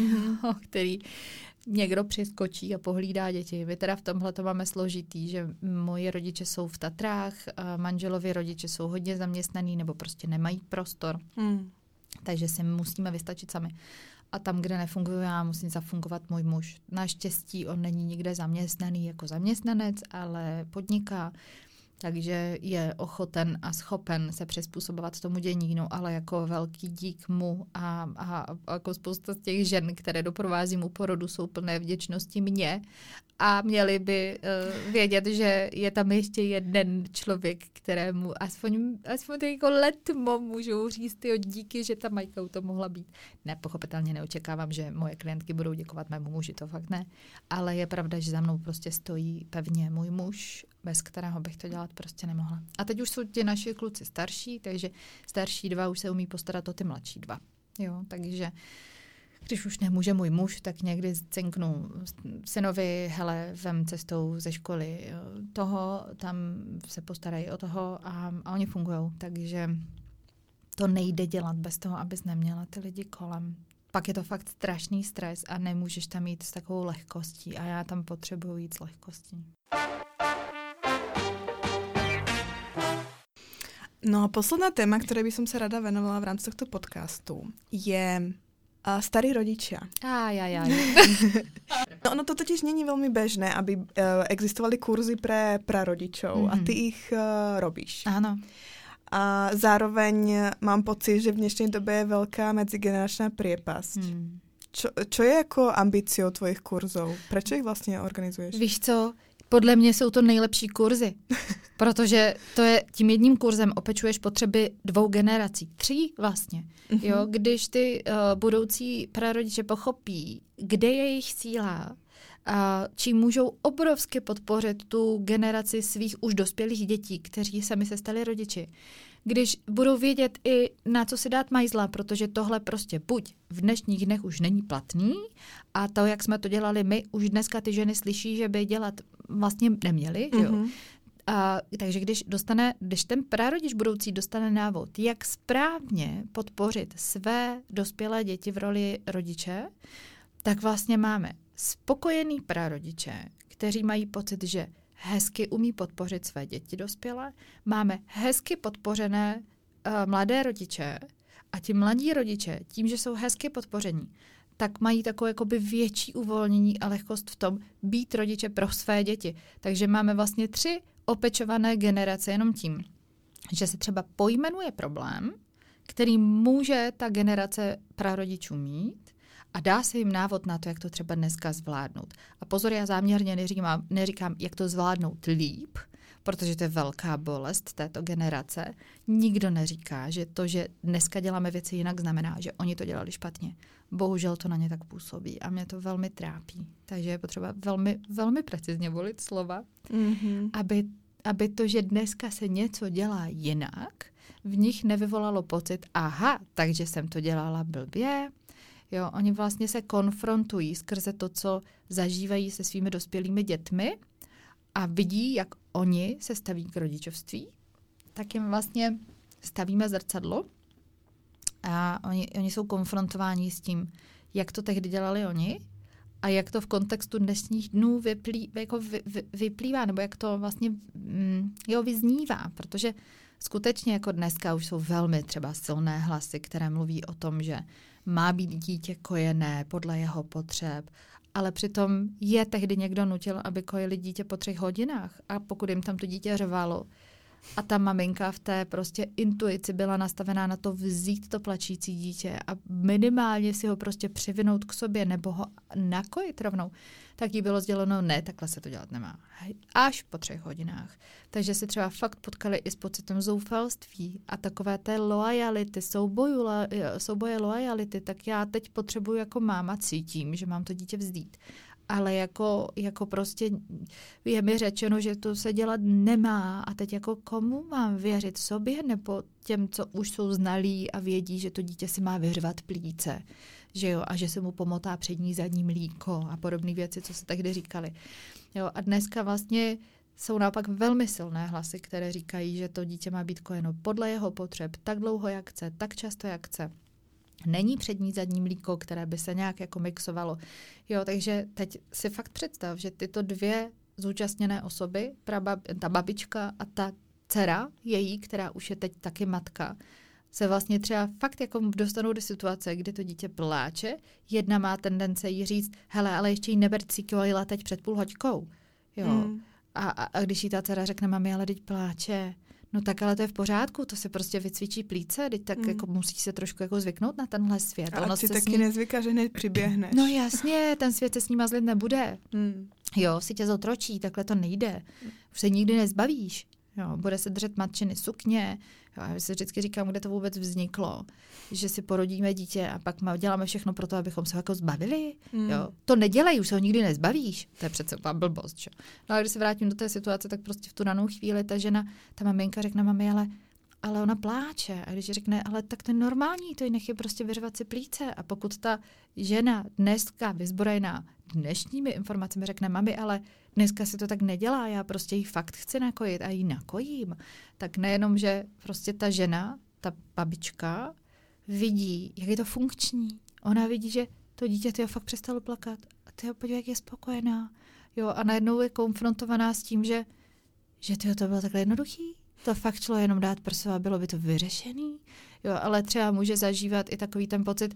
který někdo přiskočí a pohlídá děti. My teda v tomhle to máme složitý, že moji rodiče jsou v Tatrách, manželovi rodiče jsou hodně zaměstnaný nebo prostě nemají prostor. Takže si musíme vystačit sami. A tam, kde nefunguju já, musím zafungovat můj muž. Naštěstí on není nikde zaměstnaný jako zaměstnanec, ale podniká, takže je ochoten a schopen se přizpůsobovat tomu dění, no ale jako velký dík mu a jako spousta z těch žen, které doprovázím u porodu, jsou plné vděčnosti mě a měli by vědět, že je tam ještě jeden člověk, kterému aspoň jako letmo můžou říct, díky, že ta Majka u to mohla být. Nepochopitelně neočekávám, že moje klientky budou děkovat mému muži, to fakt ne, ale je pravda, že za mnou prostě stojí pevně můj muž, bez kterého bych to dělat prostě nemohla. A teď už jsou ti naši kluci starší, takže starší 2 už se umí postarat o ty mladší 2. Jo, takže když už nemůže můj muž, tak někdy cinknu synovi, hele, vem cestou ze školy toho, tam se postarají o toho a oni fungujou. Takže to nejde dělat bez toho, abys neměla ty lidi kolem. Pak je to fakt strašný stres a nemůžeš tam jít s takovou lehkostí a já tam potřebuji jít s lehkostí. No a posledná téma, které by som sa rada venovala v rámci tohto podcastu, je Starí rodičia. No, ono to totiž není veľmi bežné, aby existovali kurzy pre prarodičov a ty ich robíš. Áno. A zároveň mám pocit, že v dnešní době je velká medzigeneračná priepasť. Čo je jako ambíciou tvojich kurzů? Proč ich vlastně organizuješ? Víš co? Podle mě jsou to nejlepší kurzy, protože to je tím jedním kurzem opečuješ potřeby 2 generací, 3 vlastně. Jo, když ty budoucí prarodiče pochopí, kde je jejich síla, a čím můžou obrovsky podpořit tu generaci svých už dospělých dětí, kteří sami se stali rodiči. Když budou vědět i na co si dát majzla, protože tohle prostě buď v dnešních dnech už není platný a to, jak jsme to dělali my, už dneska ty ženy slyší, že by dělat vlastně neměli, že jo. Takže když ten prarodič budoucí dostane návod, jak správně podpořit své dospělé děti v roli rodiče, tak vlastně máme spokojený prarodiče, kteří mají pocit, že hezky umí podpořit své děti dospělé. Máme hezky podpořené mladé rodiče a ti mladí rodiče, tím, že jsou hezky podpoření, tak mají takové jakoby větší uvolnění a lehkost v tom být rodiče pro své děti. Takže máme vlastně 3 opečované generace jenom tím, že se třeba pojmenuje problém, který může ta generace prarodičů mít, a dá se jim návod na to, jak to třeba dneska zvládnout. A pozor, já záměrně neříkám, jak to zvládnout líp, protože to je velká bolest této generace. Nikdo neříká, že to, že dneska děláme věci jinak, znamená, že oni to dělali špatně. Bohužel to na ně tak působí a mě to velmi trápí. Takže je potřeba velmi, velmi precizně volit slova, aby to, že dneska se něco dělá jinak, v nich nevyvolalo pocit, aha, takže jsem to dělala blbě. Jo, oni vlastně se konfrontují skrze to, co zažívají se svými dospělými dětmi a vidí, jak oni se staví k rodičovství, tak jim vlastně stavíme zrcadlo a oni jsou konfrontováni s tím, jak to tehdy dělali oni a jak to v kontextu dnešních dnů vyplývá, nebo jak to vlastně vyznívá, protože skutečně jako dneska už jsou velmi třeba silné hlasy, které mluví o tom, že má být dítě kojené podle jeho potřeb, ale přitom je tehdy někdo nutil, aby kojili dítě po 3 hodinách a pokud jim tam to dítě řvalo a ta maminka v té prostě intuici byla nastavená na to vzít to plačící dítě a minimálně si ho prostě přivinout k sobě nebo ho nakojit rovnou, tak jí bylo sděleno, ne, takhle se to dělat nemá. Až po 3 hodinách. Takže se třeba fakt potkali i s pocitem zoufalství a takové té loajality, souboje loajality, tak já teď potřebuji jako máma, cítím, že mám to dítě vzít. Ale jako prostě je mi řečeno, že to se dělat nemá a teď jako komu mám věřit, sobě nebo těm, co už jsou znalí a vědí, že to dítě si má vyřvat plíce, že jo, a že se mu pomotá přední zadní mlíko a podobné věci, co se tehdy říkali. Jo, a dneska vlastně jsou naopak velmi silné hlasy, které říkají, že to dítě má být kojeno podle jeho potřeb, tak dlouho, jak chce, tak často, jak chce. Není přední zadní mlíko, které by se nějak jako mixovalo. Jo, takže teď si fakt představ, že tyto 2 zúčastněné osoby, ta babička a ta dcera její, která už je teď taky matka, se vlastně třeba fakt jako dostanou do situace, kdy to dítě pláče, jedna má tendence jí říct, hele, ale ještě jí neber cíkojila teď před půl hoďkou. Jo. A když jí ta dcera řekne, mami, ale teď pláče, no tak ale to je v pořádku, to se prostě vycvičí plíce, teď tak jako musí se trošku jako zvyknout na tenhle svět. Ale si taky nezvyká, že hned přiběhneš. No jasně, ten svět se s ním zlit nebude. Jo, si tě zotročí, takhle to nejde. Už se nikdy nezbavíš. Jo, bude se držet matčiny sukně. Jo, já si vždycky říkám, kde to vůbec vzniklo, že si porodíme dítě a pak děláme všechno pro to, abychom se ho jako zbavili. Jo, to nedělej, už se ho nikdy nezbavíš. To je přece úplná blbost. Že? No a když se vrátím do té situace, tak prostě v tu danou chvíli ta žena, ta maminka řekne mami, ale ona pláče. A když řekne, ale tak to je normální, to jí nech je prostě vyřvat si plíce. A pokud ta žena dneska vyzbrojena dnešními informacemi řekne, mami, ale dneska se to tak nedělá, já prostě jí fakt chci nakojit a jí nakojím. Tak nejenom, že prostě ta žena, ta babička vidí, jak je to funkční. Ona vidí, že to dítě tyho fakt přestalo plakat. A tyho podívej, jak je spokojená. Jo, a najednou je konfrontovaná s tím, že tyho to bylo takhle jednoduchý. To fakt šlo jenom dát prso a bylo by to vyřešený. Jo, ale třeba může zažívat i takový ten pocit,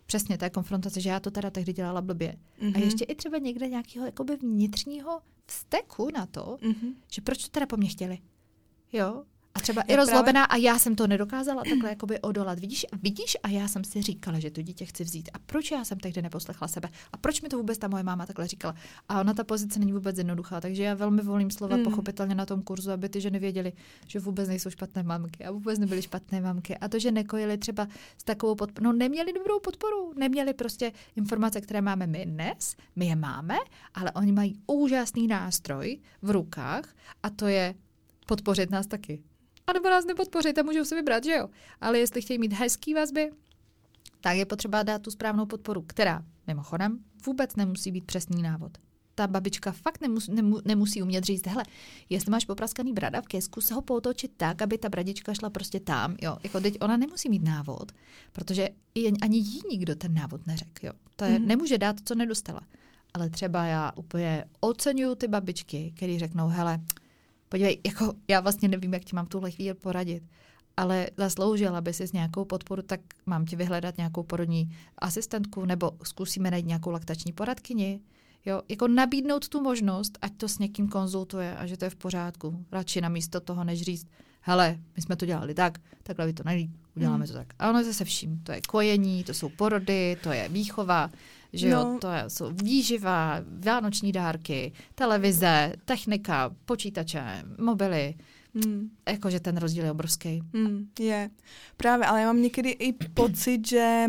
Přesně, ta konfrontace, že já to teda tehdy dělala blbě. A ještě i třeba někde nějakého jakoby vnitřního vzteku na to, že proč to teda po mně chtěli. Jo? A třeba i rozlobená a já jsem to nedokázala takhle jakoby odolat. Vidíš? A já jsem si říkala, že to dítě chci vzít. A proč já jsem tehdy neposlechla sebe? A proč mi to vůbec ta moje máma takhle říkala? A ona ta pozice není vůbec jednoduchá, takže já velmi volím slova pochopitelně na tom kurzu, aby ty ženy věděly, že vůbec nejsou špatné mamky a vůbec nebyly špatné mamky. A to, že nekojily třeba s takovou podporou, neměli dobrou podporu, neměli prostě informace, které máme my dnes, my je máme, ale oni mají úžasný nástroj v rukách a to je podpořit nás taky. A nebo nás nepodpořit a můžou si vybrat, že jo. Ale jestli chtějí mít hezký vazby, tak je potřeba dát tu správnou podporu, která, mimochodem, vůbec nemusí být přesný návod. Ta babička fakt nemusí umět říct, hele, jestli máš popraskaný bradavky, zkus ho potočit tak, aby ta bradička šla prostě tam, jo. Jako teď ona nemusí mít návod, protože ani jí nikdo ten návod neřekl, jo. To je, nemůže dát, co nedostala. Ale třeba já úplně oceňuju ty babičky, který řeknou, hele, podívej, jako já vlastně nevím, jak ti mám v tuhle chvíli poradit, ale zasloužila by si s nějakou podporu, tak mám ti vyhledat nějakou porodní asistentku nebo zkusíme najít nějakou laktační poradkyni. Jo, jako nabídnout tu možnost, ať to s někým konzultuje a že to je v pořádku. Radši namísto toho, než říct, hele, my jsme to dělali tak, takhle vy to nejde, uděláme to tak. A ono je se vším. To je kojení, to jsou porody, to je výchova, že jo, jsou výživa, vánoční dárky, televize, technika, počítače, mobily. Jakože ten rozdíl je obrovský. Je. Právě, ale já mám někdy i pocit, že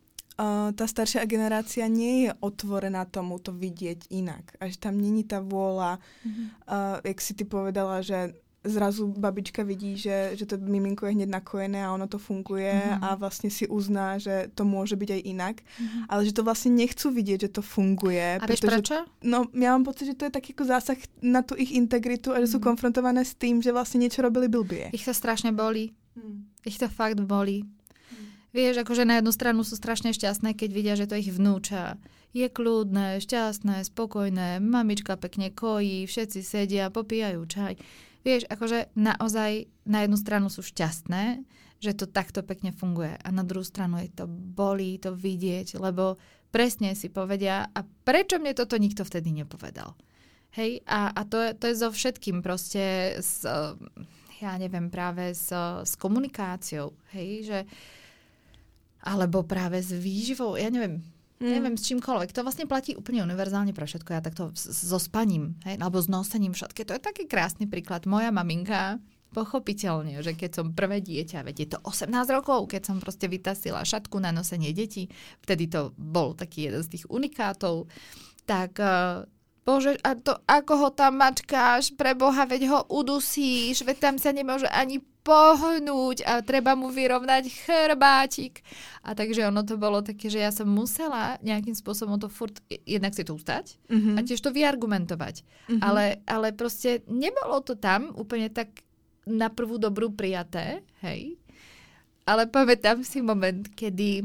ta staršia generácia nie je otvorená tomu to vidieť inak. A že tam není ta vôľa, jak si ty povedala, že zrazu babička vidí, že to miminko je hneď nakojené a ono to funguje a vlastne si uzná, že to môže byť aj inak. Ale že to vlastne nechcú vidieť, že to funguje. A vieš prečo? No, ja mám pocit, že to je tak jako zásah na tu ich integritu a že sú konfrontované s tým, že vlastne niečo robili blbie. Ich to strašne bolí. Ich to fakt bolí. Vieš, akože na jednu stranu sú strašne šťastné, keď vidia, že to ich vnúča je kľudné, šťastné, spokojné, mamička pekne kojí, všetci sedia, popíjajú čaj. Vieš, akože naozaj na jednu stranu sú šťastné, že to takto pekne funguje a na druhú stranu je to bolí to vidieť, lebo presne si povedia, a prečo mne toto nikto vtedy nepovedal? Hej, a to je so všetkým proste ja neviem, práve s komunikáciou, hej, že alebo práve s výživou, ja neviem s čímkoľvek. To vlastne platí úplne univerzálne pre všetko. Ja takto so spaním, hej, alebo s nosením všetké. To je taký krásny príklad. Moja maminka, pochopiteľne, že keď som prvé dieťa, veď je to 18 rokov, keď som proste vytasila šatku na nosenie detí, vtedy to bol taký jeden z tých unikátov, tak bože, a to ako ho tam mačkáš, preboha, veď ho udusíš, veď tam sa nemôže ani pohnúť a treba mu vyrovnať chrbátik. A takže ono to bolo také, že ja som musela nejakým spôsobom to furt jednak si to ustať a tiež to vyargumentovať. Ale proste nebolo to tam úplne tak na prvú dobrú prijaté, hej. Ale pamätám si moment, kedy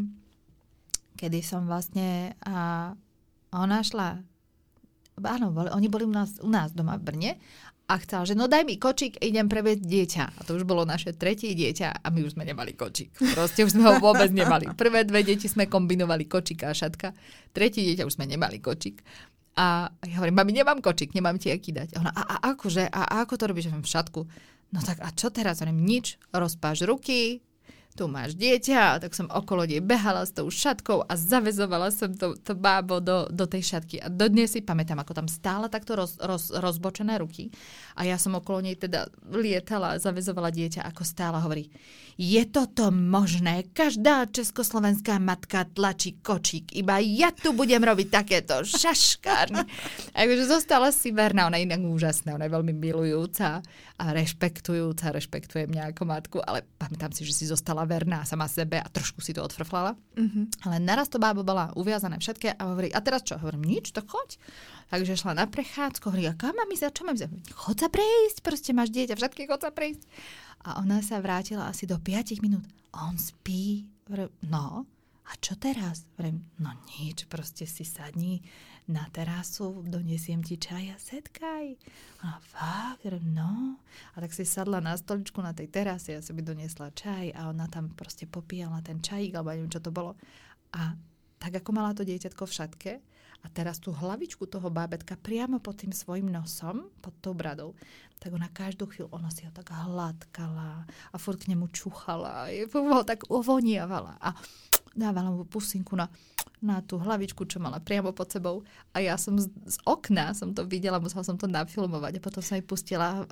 som vlastne ona šla, áno, oni boli u nás doma v Brne a chcela, že no daj mi kočík, idem previesť dieťa. A to už bolo naše tretie dieťa a my už sme nemali kočík. Proste už sme ho vôbec nemali. Prvé dve deti sme kombinovali kočíka a šatka. Tretie dieťa už sme nemali kočík. A ja hovorím, mami, nemám kočík, nemám ti aký dať. A ona, akože, a ako to robíš v šatku? No tak a čo teraz? Hovorím, nič, rozpáš ruky, tu máš dieťa, tak som okolo nej behala s tou šatkou a zavezovala som to bábo do tej šatky. A dodnes si pamätám, ako tam stála takto rozbočené ruky a ja som okolo nej teda lietala a zavezovala dieťa, ako stála, hovorí, je toto možné? Každá československá matka tlačí kočík, iba ja tu budem robiť takéto šaškárne. A akože zostala si verná, ona je inak úžasná, ona je veľmi milujúca a rešpektujúca, rešpektujem mňa ako matku, ale pamätám si, že si zostala verná sama sebe a trošku si to odfrflala. Ale naraz to bábo bola uviazané všetké a hovorí, a teraz čo? Hovorím, nič, tak choď. Takže šla na prechádzku, hovorí, a kam mám ísť, čo mám ísť? Chod sa prejsť, proste máš dieťa, všetky chod sa prejsť. A ona sa vrátila asi do 5 minút. On spí. Hovorím, no, a čo teraz? Hovorím, no nič, proste si sadni na terasu, donesiem ti čaj a sedkaj. A fakt, no. A tak si sadla na stoličku na tej terase, ja si by doniesla čaj a ona tam proste popíjala ten čajík, alebo neviem, čo to bolo. A tak ako mala to dieťatko v šatke a teraz tú hlavičku toho bábetka priamo pod tým svojim nosom, pod tou bradou, tak ona každú chvíľu, ona si ho tak hladkala a furt k nemu čuchala, tak ovoniavala a dávala mu pusinku na tú hlavičku, čo mala priamo pod sebou a ja som z okna som to videla, musela som to nafilmovať a potom som jej pustila,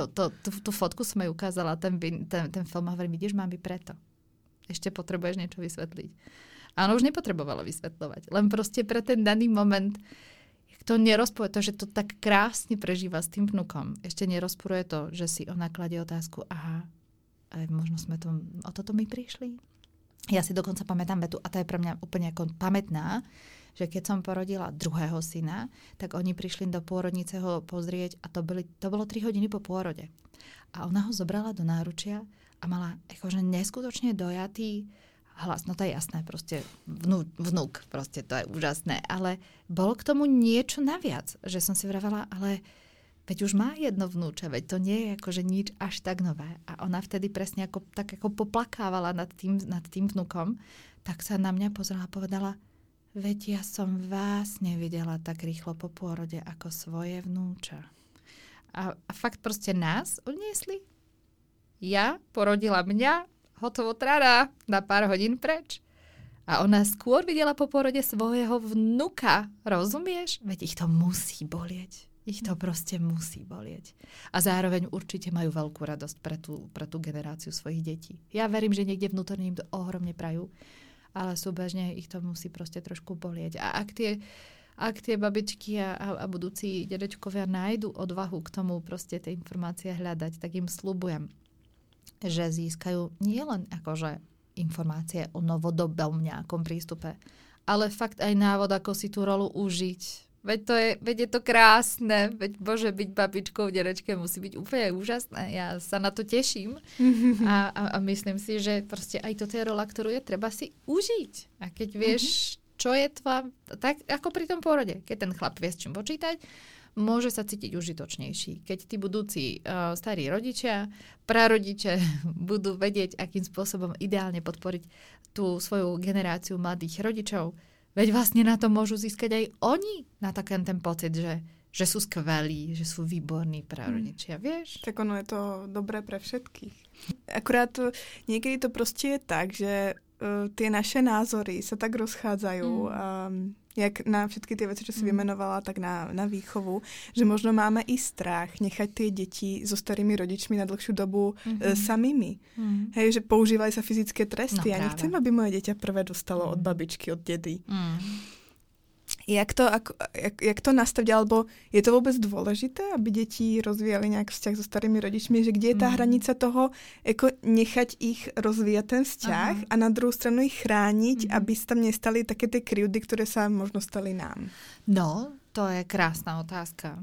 tú fotku som jej ukázala, ten film a hovorím, vidíš, mami, preto. Ešte potrebuješ niečo vysvetliť. A ona už nepotrebovala vysvetľovať, len proste pre ten daný moment to nerozporuje to, že to tak krásne prežíva s tým vnukom. Ešte nerozporuje to, že si ona kladie otázku, možno sme o toto my prišli. Ja si dokonca pamätám vetu, a to je pre mňa úplne ako pamätná, že keď som porodila druhého syna, tak oni prišli do pôrodnice ho pozrieť a to bolo 3 hodiny po pôrode. A ona ho zobrala do náručia a mala akože neskutočne dojatý hlas. No to je jasné, proste vnúk, proste to je úžasné. Ale bolo k tomu niečo naviac, že som si vravela, ale veď už má jedno vnúče, veď to nie je akože nič až tak nové. A ona vtedy presne tak poplakávala nad tým vnukom, tak sa na mňa pozrela a povedala, veď ja som vás nevidela tak rýchlo po pôrode ako svoje vnúča. A fakt proste nás odniesli. Ja porodila mňa, hotovo trada, na pár hodín preč. A ona skôr videla po pôrode svojho vnuka. Rozumieš? Veď ich to musí bolieť. Ich to proste musí bolieť. A zároveň určite majú veľkú radosť pre tú generáciu svojich detí. Ja verím, že niekde vnútorne im to ohromne prajú, ale súbežne ich to musí proste trošku bolieť. A ak tie babičky a budúci dedečkovia nájdu odvahu k tomu proste tie informácie hľadať, tak im sľubujem, že získajú nielen akože informácie o novodobom nejakom prístupe, ale fakt aj návod, ako si tú rolu užiť. Veď je to krásne, veď bože, byť babičkou v dedečke musí byť úplne úžasné. Ja sa na to teším a myslím si, že proste aj toto je rola, ktorú je treba si užiť. A keď vieš, čo je tak ako pri tom pôrode, keď ten chlap vie s čím počítať, môže sa cítiť užitočnejší. Keď tí budúci starí rodičia, prarodiče budú vedieť, akým spôsobom ideálne podporiť tú svoju generáciu mladých rodičov, veď vlastne na to môžu získať aj oni na taký ten pocit, že sú skvelí, že sú výborní prarodičia, vieš? Tak ono je to dobré pre všetkých. Akurát niekedy to proste je tak, že tie naše názory sa tak rozchádzajú, jak na všetky tie veci, čo si vymenovala, tak na výchovu, že možno máme i strach nechať tie deti so starými rodičmi na dlhšiu dobu samými. Hej, že používali sa fyzické tresty. Ja nechcem, aby moje dieťa prvé dostalo od babičky, od dedy. Jak to nastaviť, alebo je to vôbec dôležité, aby deti rozvíjali nejak vzťah so starými rodičmi, že kde je tá hranica toho, ako nechať ich rozvíjať ten vzťah a na druhú stranu ich chrániť, aby sa tam nestali také tie krivdy, ktoré sa možno stali nám? No, to je krásna otázka.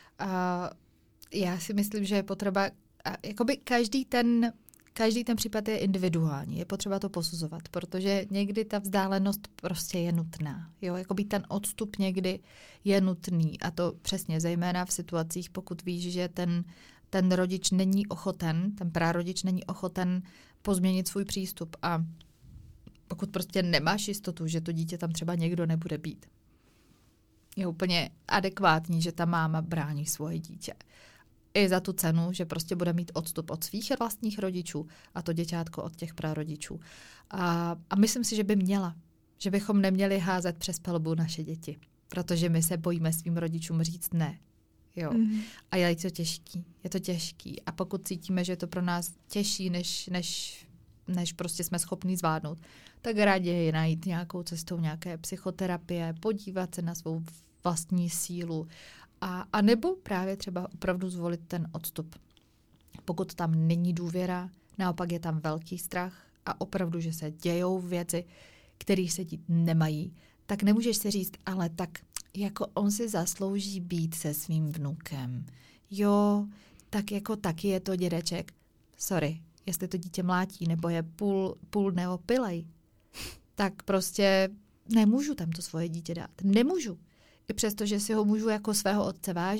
Já si myslím, že je potřeba, jakoby každý ten případ je individuální, je potřeba to posuzovat, protože někdy ta vzdálenost prostě je nutná. Jo, jakoby ten odstup někdy je nutný a to přesně zejména v situacích, pokud víš, že ten rodič není ochoten, ten prarodič není ochoten pozměnit svůj přístup a pokud prostě nemáš jistotu, že to dítě tam třeba někdo nebude být. Je úplně adekvátní, že ta máma brání svoje dítě. I za tu cenu, že prostě bude mít odstup od svých vlastních rodičů a to děťátko od těch prarodičů. A myslím si, že by měla. Že bychom neměli házet přes palbu naše děti. Protože my se bojíme svým rodičům říct ne. Jo. A je to těžký. Je to těžký. A pokud cítíme, že je to pro nás těžší, než prostě jsme schopní zvládnout, tak raději najít nějakou cestou nějaké psychoterapie, podívat se na svou vlastní sílu, a nebo právě třeba opravdu zvolit ten odstup. Pokud tam není důvěra, naopak je tam velký strach a opravdu, že se dějou věci, které se dít nemají, tak nemůžeš si říct, ale tak jako on si zaslouží být se svým vnukem. Jo, tak jako taky je to dědeček. Sorry, jestli to dítě mlátí nebo je půl neopilej, tak prostě nemůžu tam to svoje dítě dát. Nemůžu. I přesto, že si ho můžu jako svého otce vážit,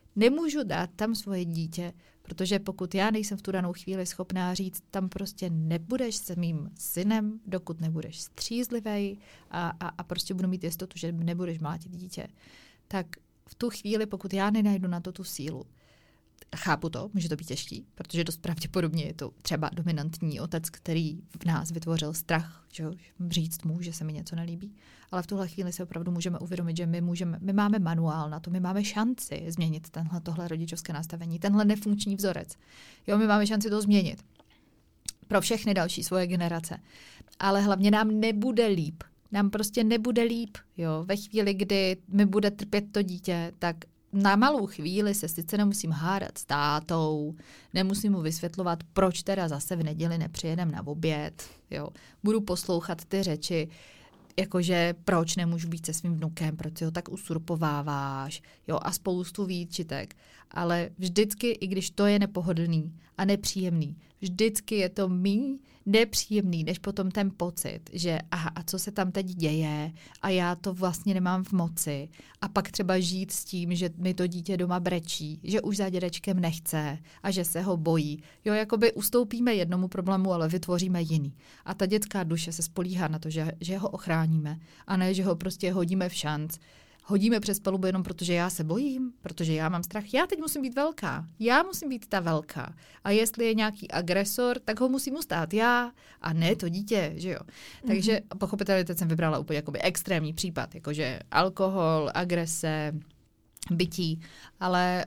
Nemůžu dát tam svoje dítě, protože pokud já nejsem v tu danou chvíli schopná říct, tam prostě nebudeš s mým synem, dokud nebudeš střízlivej a prostě budu mít jistotu, že nebudeš mlátit dítě, tak v tu chvíli, pokud já nenajdu na to tu sílu, chápu to, může to být těžký, protože dost pravděpodobně je to třeba dominantní otec, který v nás vytvořil strach, že říct mu, že se mi něco nelíbí. Ale v tuhle chvíli si opravdu můžeme uvědomit, že my máme manuál na to, my máme šanci změnit tohle rodičovské nastavení, tenhle nefunkční vzorec. Jo, my máme šanci to změnit pro všechny další svoje generace. Ale hlavně nám nebude líp. Nám prostě nebude líp. Jo, ve chvíli, kdy mi bude trpět to dítě, tak na malou chvíli se sice nemusím hádat s tátou, nemusím mu vysvětlovat, proč teda zase v neděli nepřijedem na oběd. Jo. Budu poslouchat ty řeči, jakože proč nemůžu být se svým vnukem, proč si ho tak usurpováváš, jo, a spoustu výčitek. Ale vždycky, i když to je nepohodlný a nepříjemný, vždycky je to míň nepříjemný, než potom ten pocit, že aha, a co se tam teď děje a já to vlastně nemám v moci. A pak třeba žít s tím, že mi to dítě doma brečí, že už za dědečkem nechce a že se ho bojí. Jo, jakoby ustoupíme jednomu problému, ale vytvoříme jiný. A ta dětská duše se spolíhá na to, že ho ochráníme a ne, že ho prostě hodíme v šanc. Hodíme přes palubu jenom protože já se bojím, protože já mám strach. Já teď musím být velká. Já musím být ta velká. A jestli je nějaký agresor, tak ho musím ustát já a ne to dítě, že jo. Takže pochopitelně teď jsem vybrala úplně jakoby extrémní případ, jakože alkohol, agrese, bytí, ale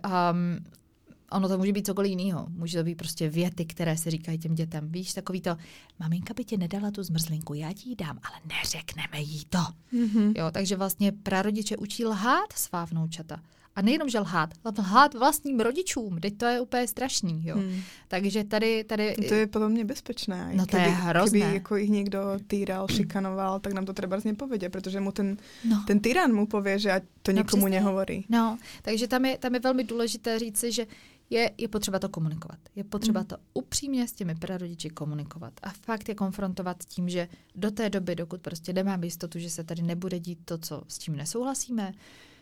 ono to může být cokoliv jiného. Může to být prostě věty, které se říkají těm dětem. Víš, takový to, maminka by ti nedala tu zmrzlinku, já ti ji dám, ale neřekneme jí to. Jo, takže vlastně prarodiče učí lhát svá vnoučata. A nejenom, že lhát vlastním rodičům, teď to je úplně strašný, jo. Takže tady... To je potom nebezpečné. No to je hrozné. Keby jako ich někdo týral, šikanoval, tak nám to třeba nepovedě, protože mu ten tyran mu povie, že to nikomu nehovorí. No, takže tam je velmi důležité říci, že je potřeba to komunikovat. Je potřeba to upřímně s těmi prarodiči komunikovat. A fakt je konfrontovat s tím, že do té doby, dokud prostě nemám jistotu, že se tady nebude dít to, co s tím nesouhlasíme,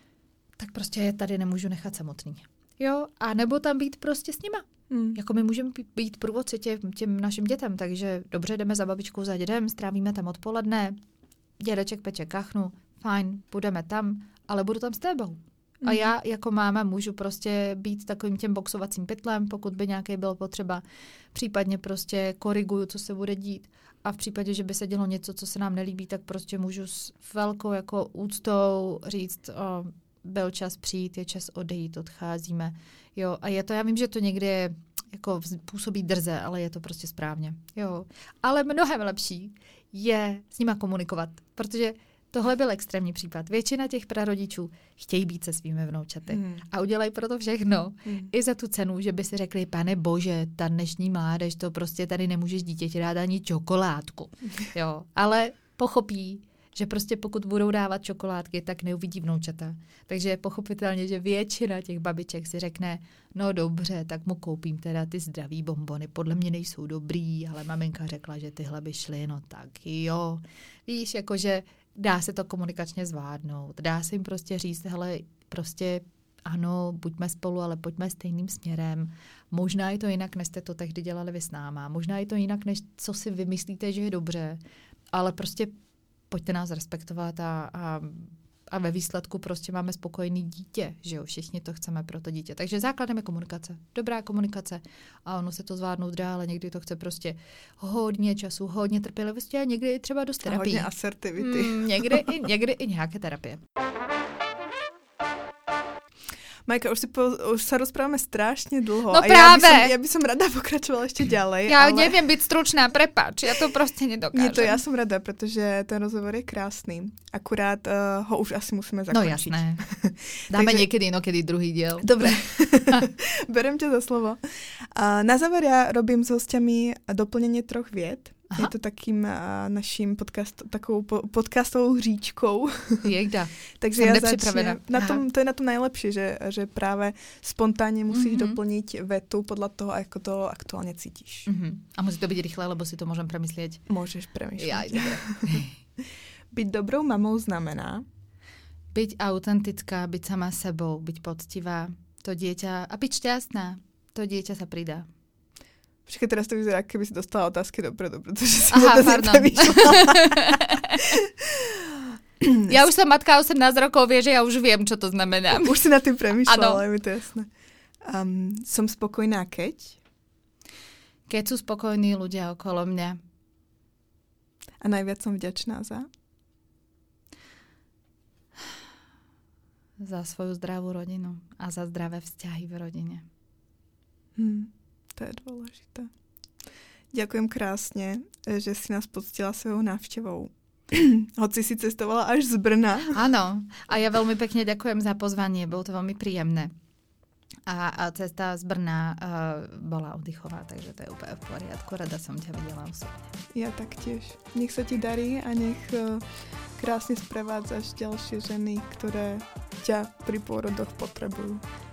tak prostě je tady nemůžu nechat samotný. Jo, a nebo tam být prostě s nima. Jako my můžeme být průvodci těm našim dětem, takže dobře, jdeme za babičkou, za dědem, strávíme tam odpoledne, dědeček peče kachnu, fajn, budeme tam, ale budu tam s tebou. A já jako máma můžu prostě být takovým těm boxovacím pytlem, pokud by nějaký byl potřeba, případně prostě koriguju, co se bude dít. A v případě, že by se dělo něco, co se nám nelíbí, tak prostě můžu s velkou jako úctou říct, byl čas přijít, je čas odejít, odcházíme. Jo, a je to, já vím, že to někdy je, jako působí drze, ale je to prostě správně. Jo. Ale mnohem lepší je s nima komunikovat, protože tohle byl extrémní případ. Většina těch prarodičů chtějí být se svými vnoučaty a udělají proto všechno. I za tu cenu, že by si řekli, pane bože, ta dnešní mládež, to prostě tady nemůžeš dítěti dát ani čokoládku. Jo, ale pochopí, že prostě pokud budou dávat čokoládky, tak neuvidí vnoučata. Takže pochopitelně, že většina těch babiček si řekne, no dobře, tak mu koupím teda ty zdravý bonbony, podle mě nejsou dobrý, ale maminka řekla, že tyhle by šly, no tak jo. Víš, jakože dá se to komunikačně zvládnout, dá se jim prostě říct, hele, prostě ano, buďme spolu, ale pojďme stejným směrem. Možná je to jinak, než jste to tehdy dělali vy s náma. Možná je to jinak, než co si vymyslíte, že je dobře, ale prostě pojďte nás respektovat a ve výsledku prostě máme spokojený dítě, že jo, všichni to chceme pro to dítě. Takže základem je komunikace, dobrá komunikace a ono se to zvládnout dá, ale někdy to chce prostě hodně času, hodně trpělivosti a někdy třeba dost terapie. Hodně asertivity. Někdy i nějaké terapie. Majka, už sa rozprávame strašne dlho. No a práve. Ja by som rada pokračovala ešte ďalej. Ja neviem byť stručná, prepáč, ja to proste nedokážem. Nie, to ja som rada, pretože ten rozhovor je krásny. Akurát ho už asi musíme zakončiť. No jasné. Dáme niekedy inokedy druhý diel. Dobre. Berem ťa za slovo. Na záver ja robím s hostiami doplnenie 3 vied. Aha. Je to takým naším takovou podcastovou hříčkou. Jejda. Takže ja začnem. To je na tom najlepšie, že práve spontánne musíš doplniť vetu podľa toho, ako to aktuálne cítiš. A musí to byť rýchle, lebo si to môžem premyslieť. Môžeš premyšľať. Ja, dobre. Byť dobrou mamou znamená? Byť autentická, byť sama sebou, byť poctivá, to dieťa a byť šťastná. To dieťa sa pridá. Počkej, teraz to vyzerá, keby si dostala otázky dopredu, pretože si pardon. Ja už som matka 18 rokov, vie, že ja už viem, čo to znamená. Už si na tým premýšľala, je mi to jasné. Som spokojná, keď? Keď sú spokojní ľudia okolo mňa. A najviac som vďačná za? Za svoju zdravú rodinu a za zdravé vzťahy v rodine. To je dôležité. Ďakujem krásne, že si nás poctila svojou návštevou. Hoci si cestovala až z Brna. Áno, a ja veľmi pekne ďakujem za pozvanie, bolo to veľmi príjemné. A cesta z Brna bola oddychová, takže to je úplne v poriadku. Rada som ťa videla osobne. Ja taktiež. Nech sa ti darí a nech krásne sprevádzaš ďalšie ženy, ktoré ťa pri pôrodoch potrebujú.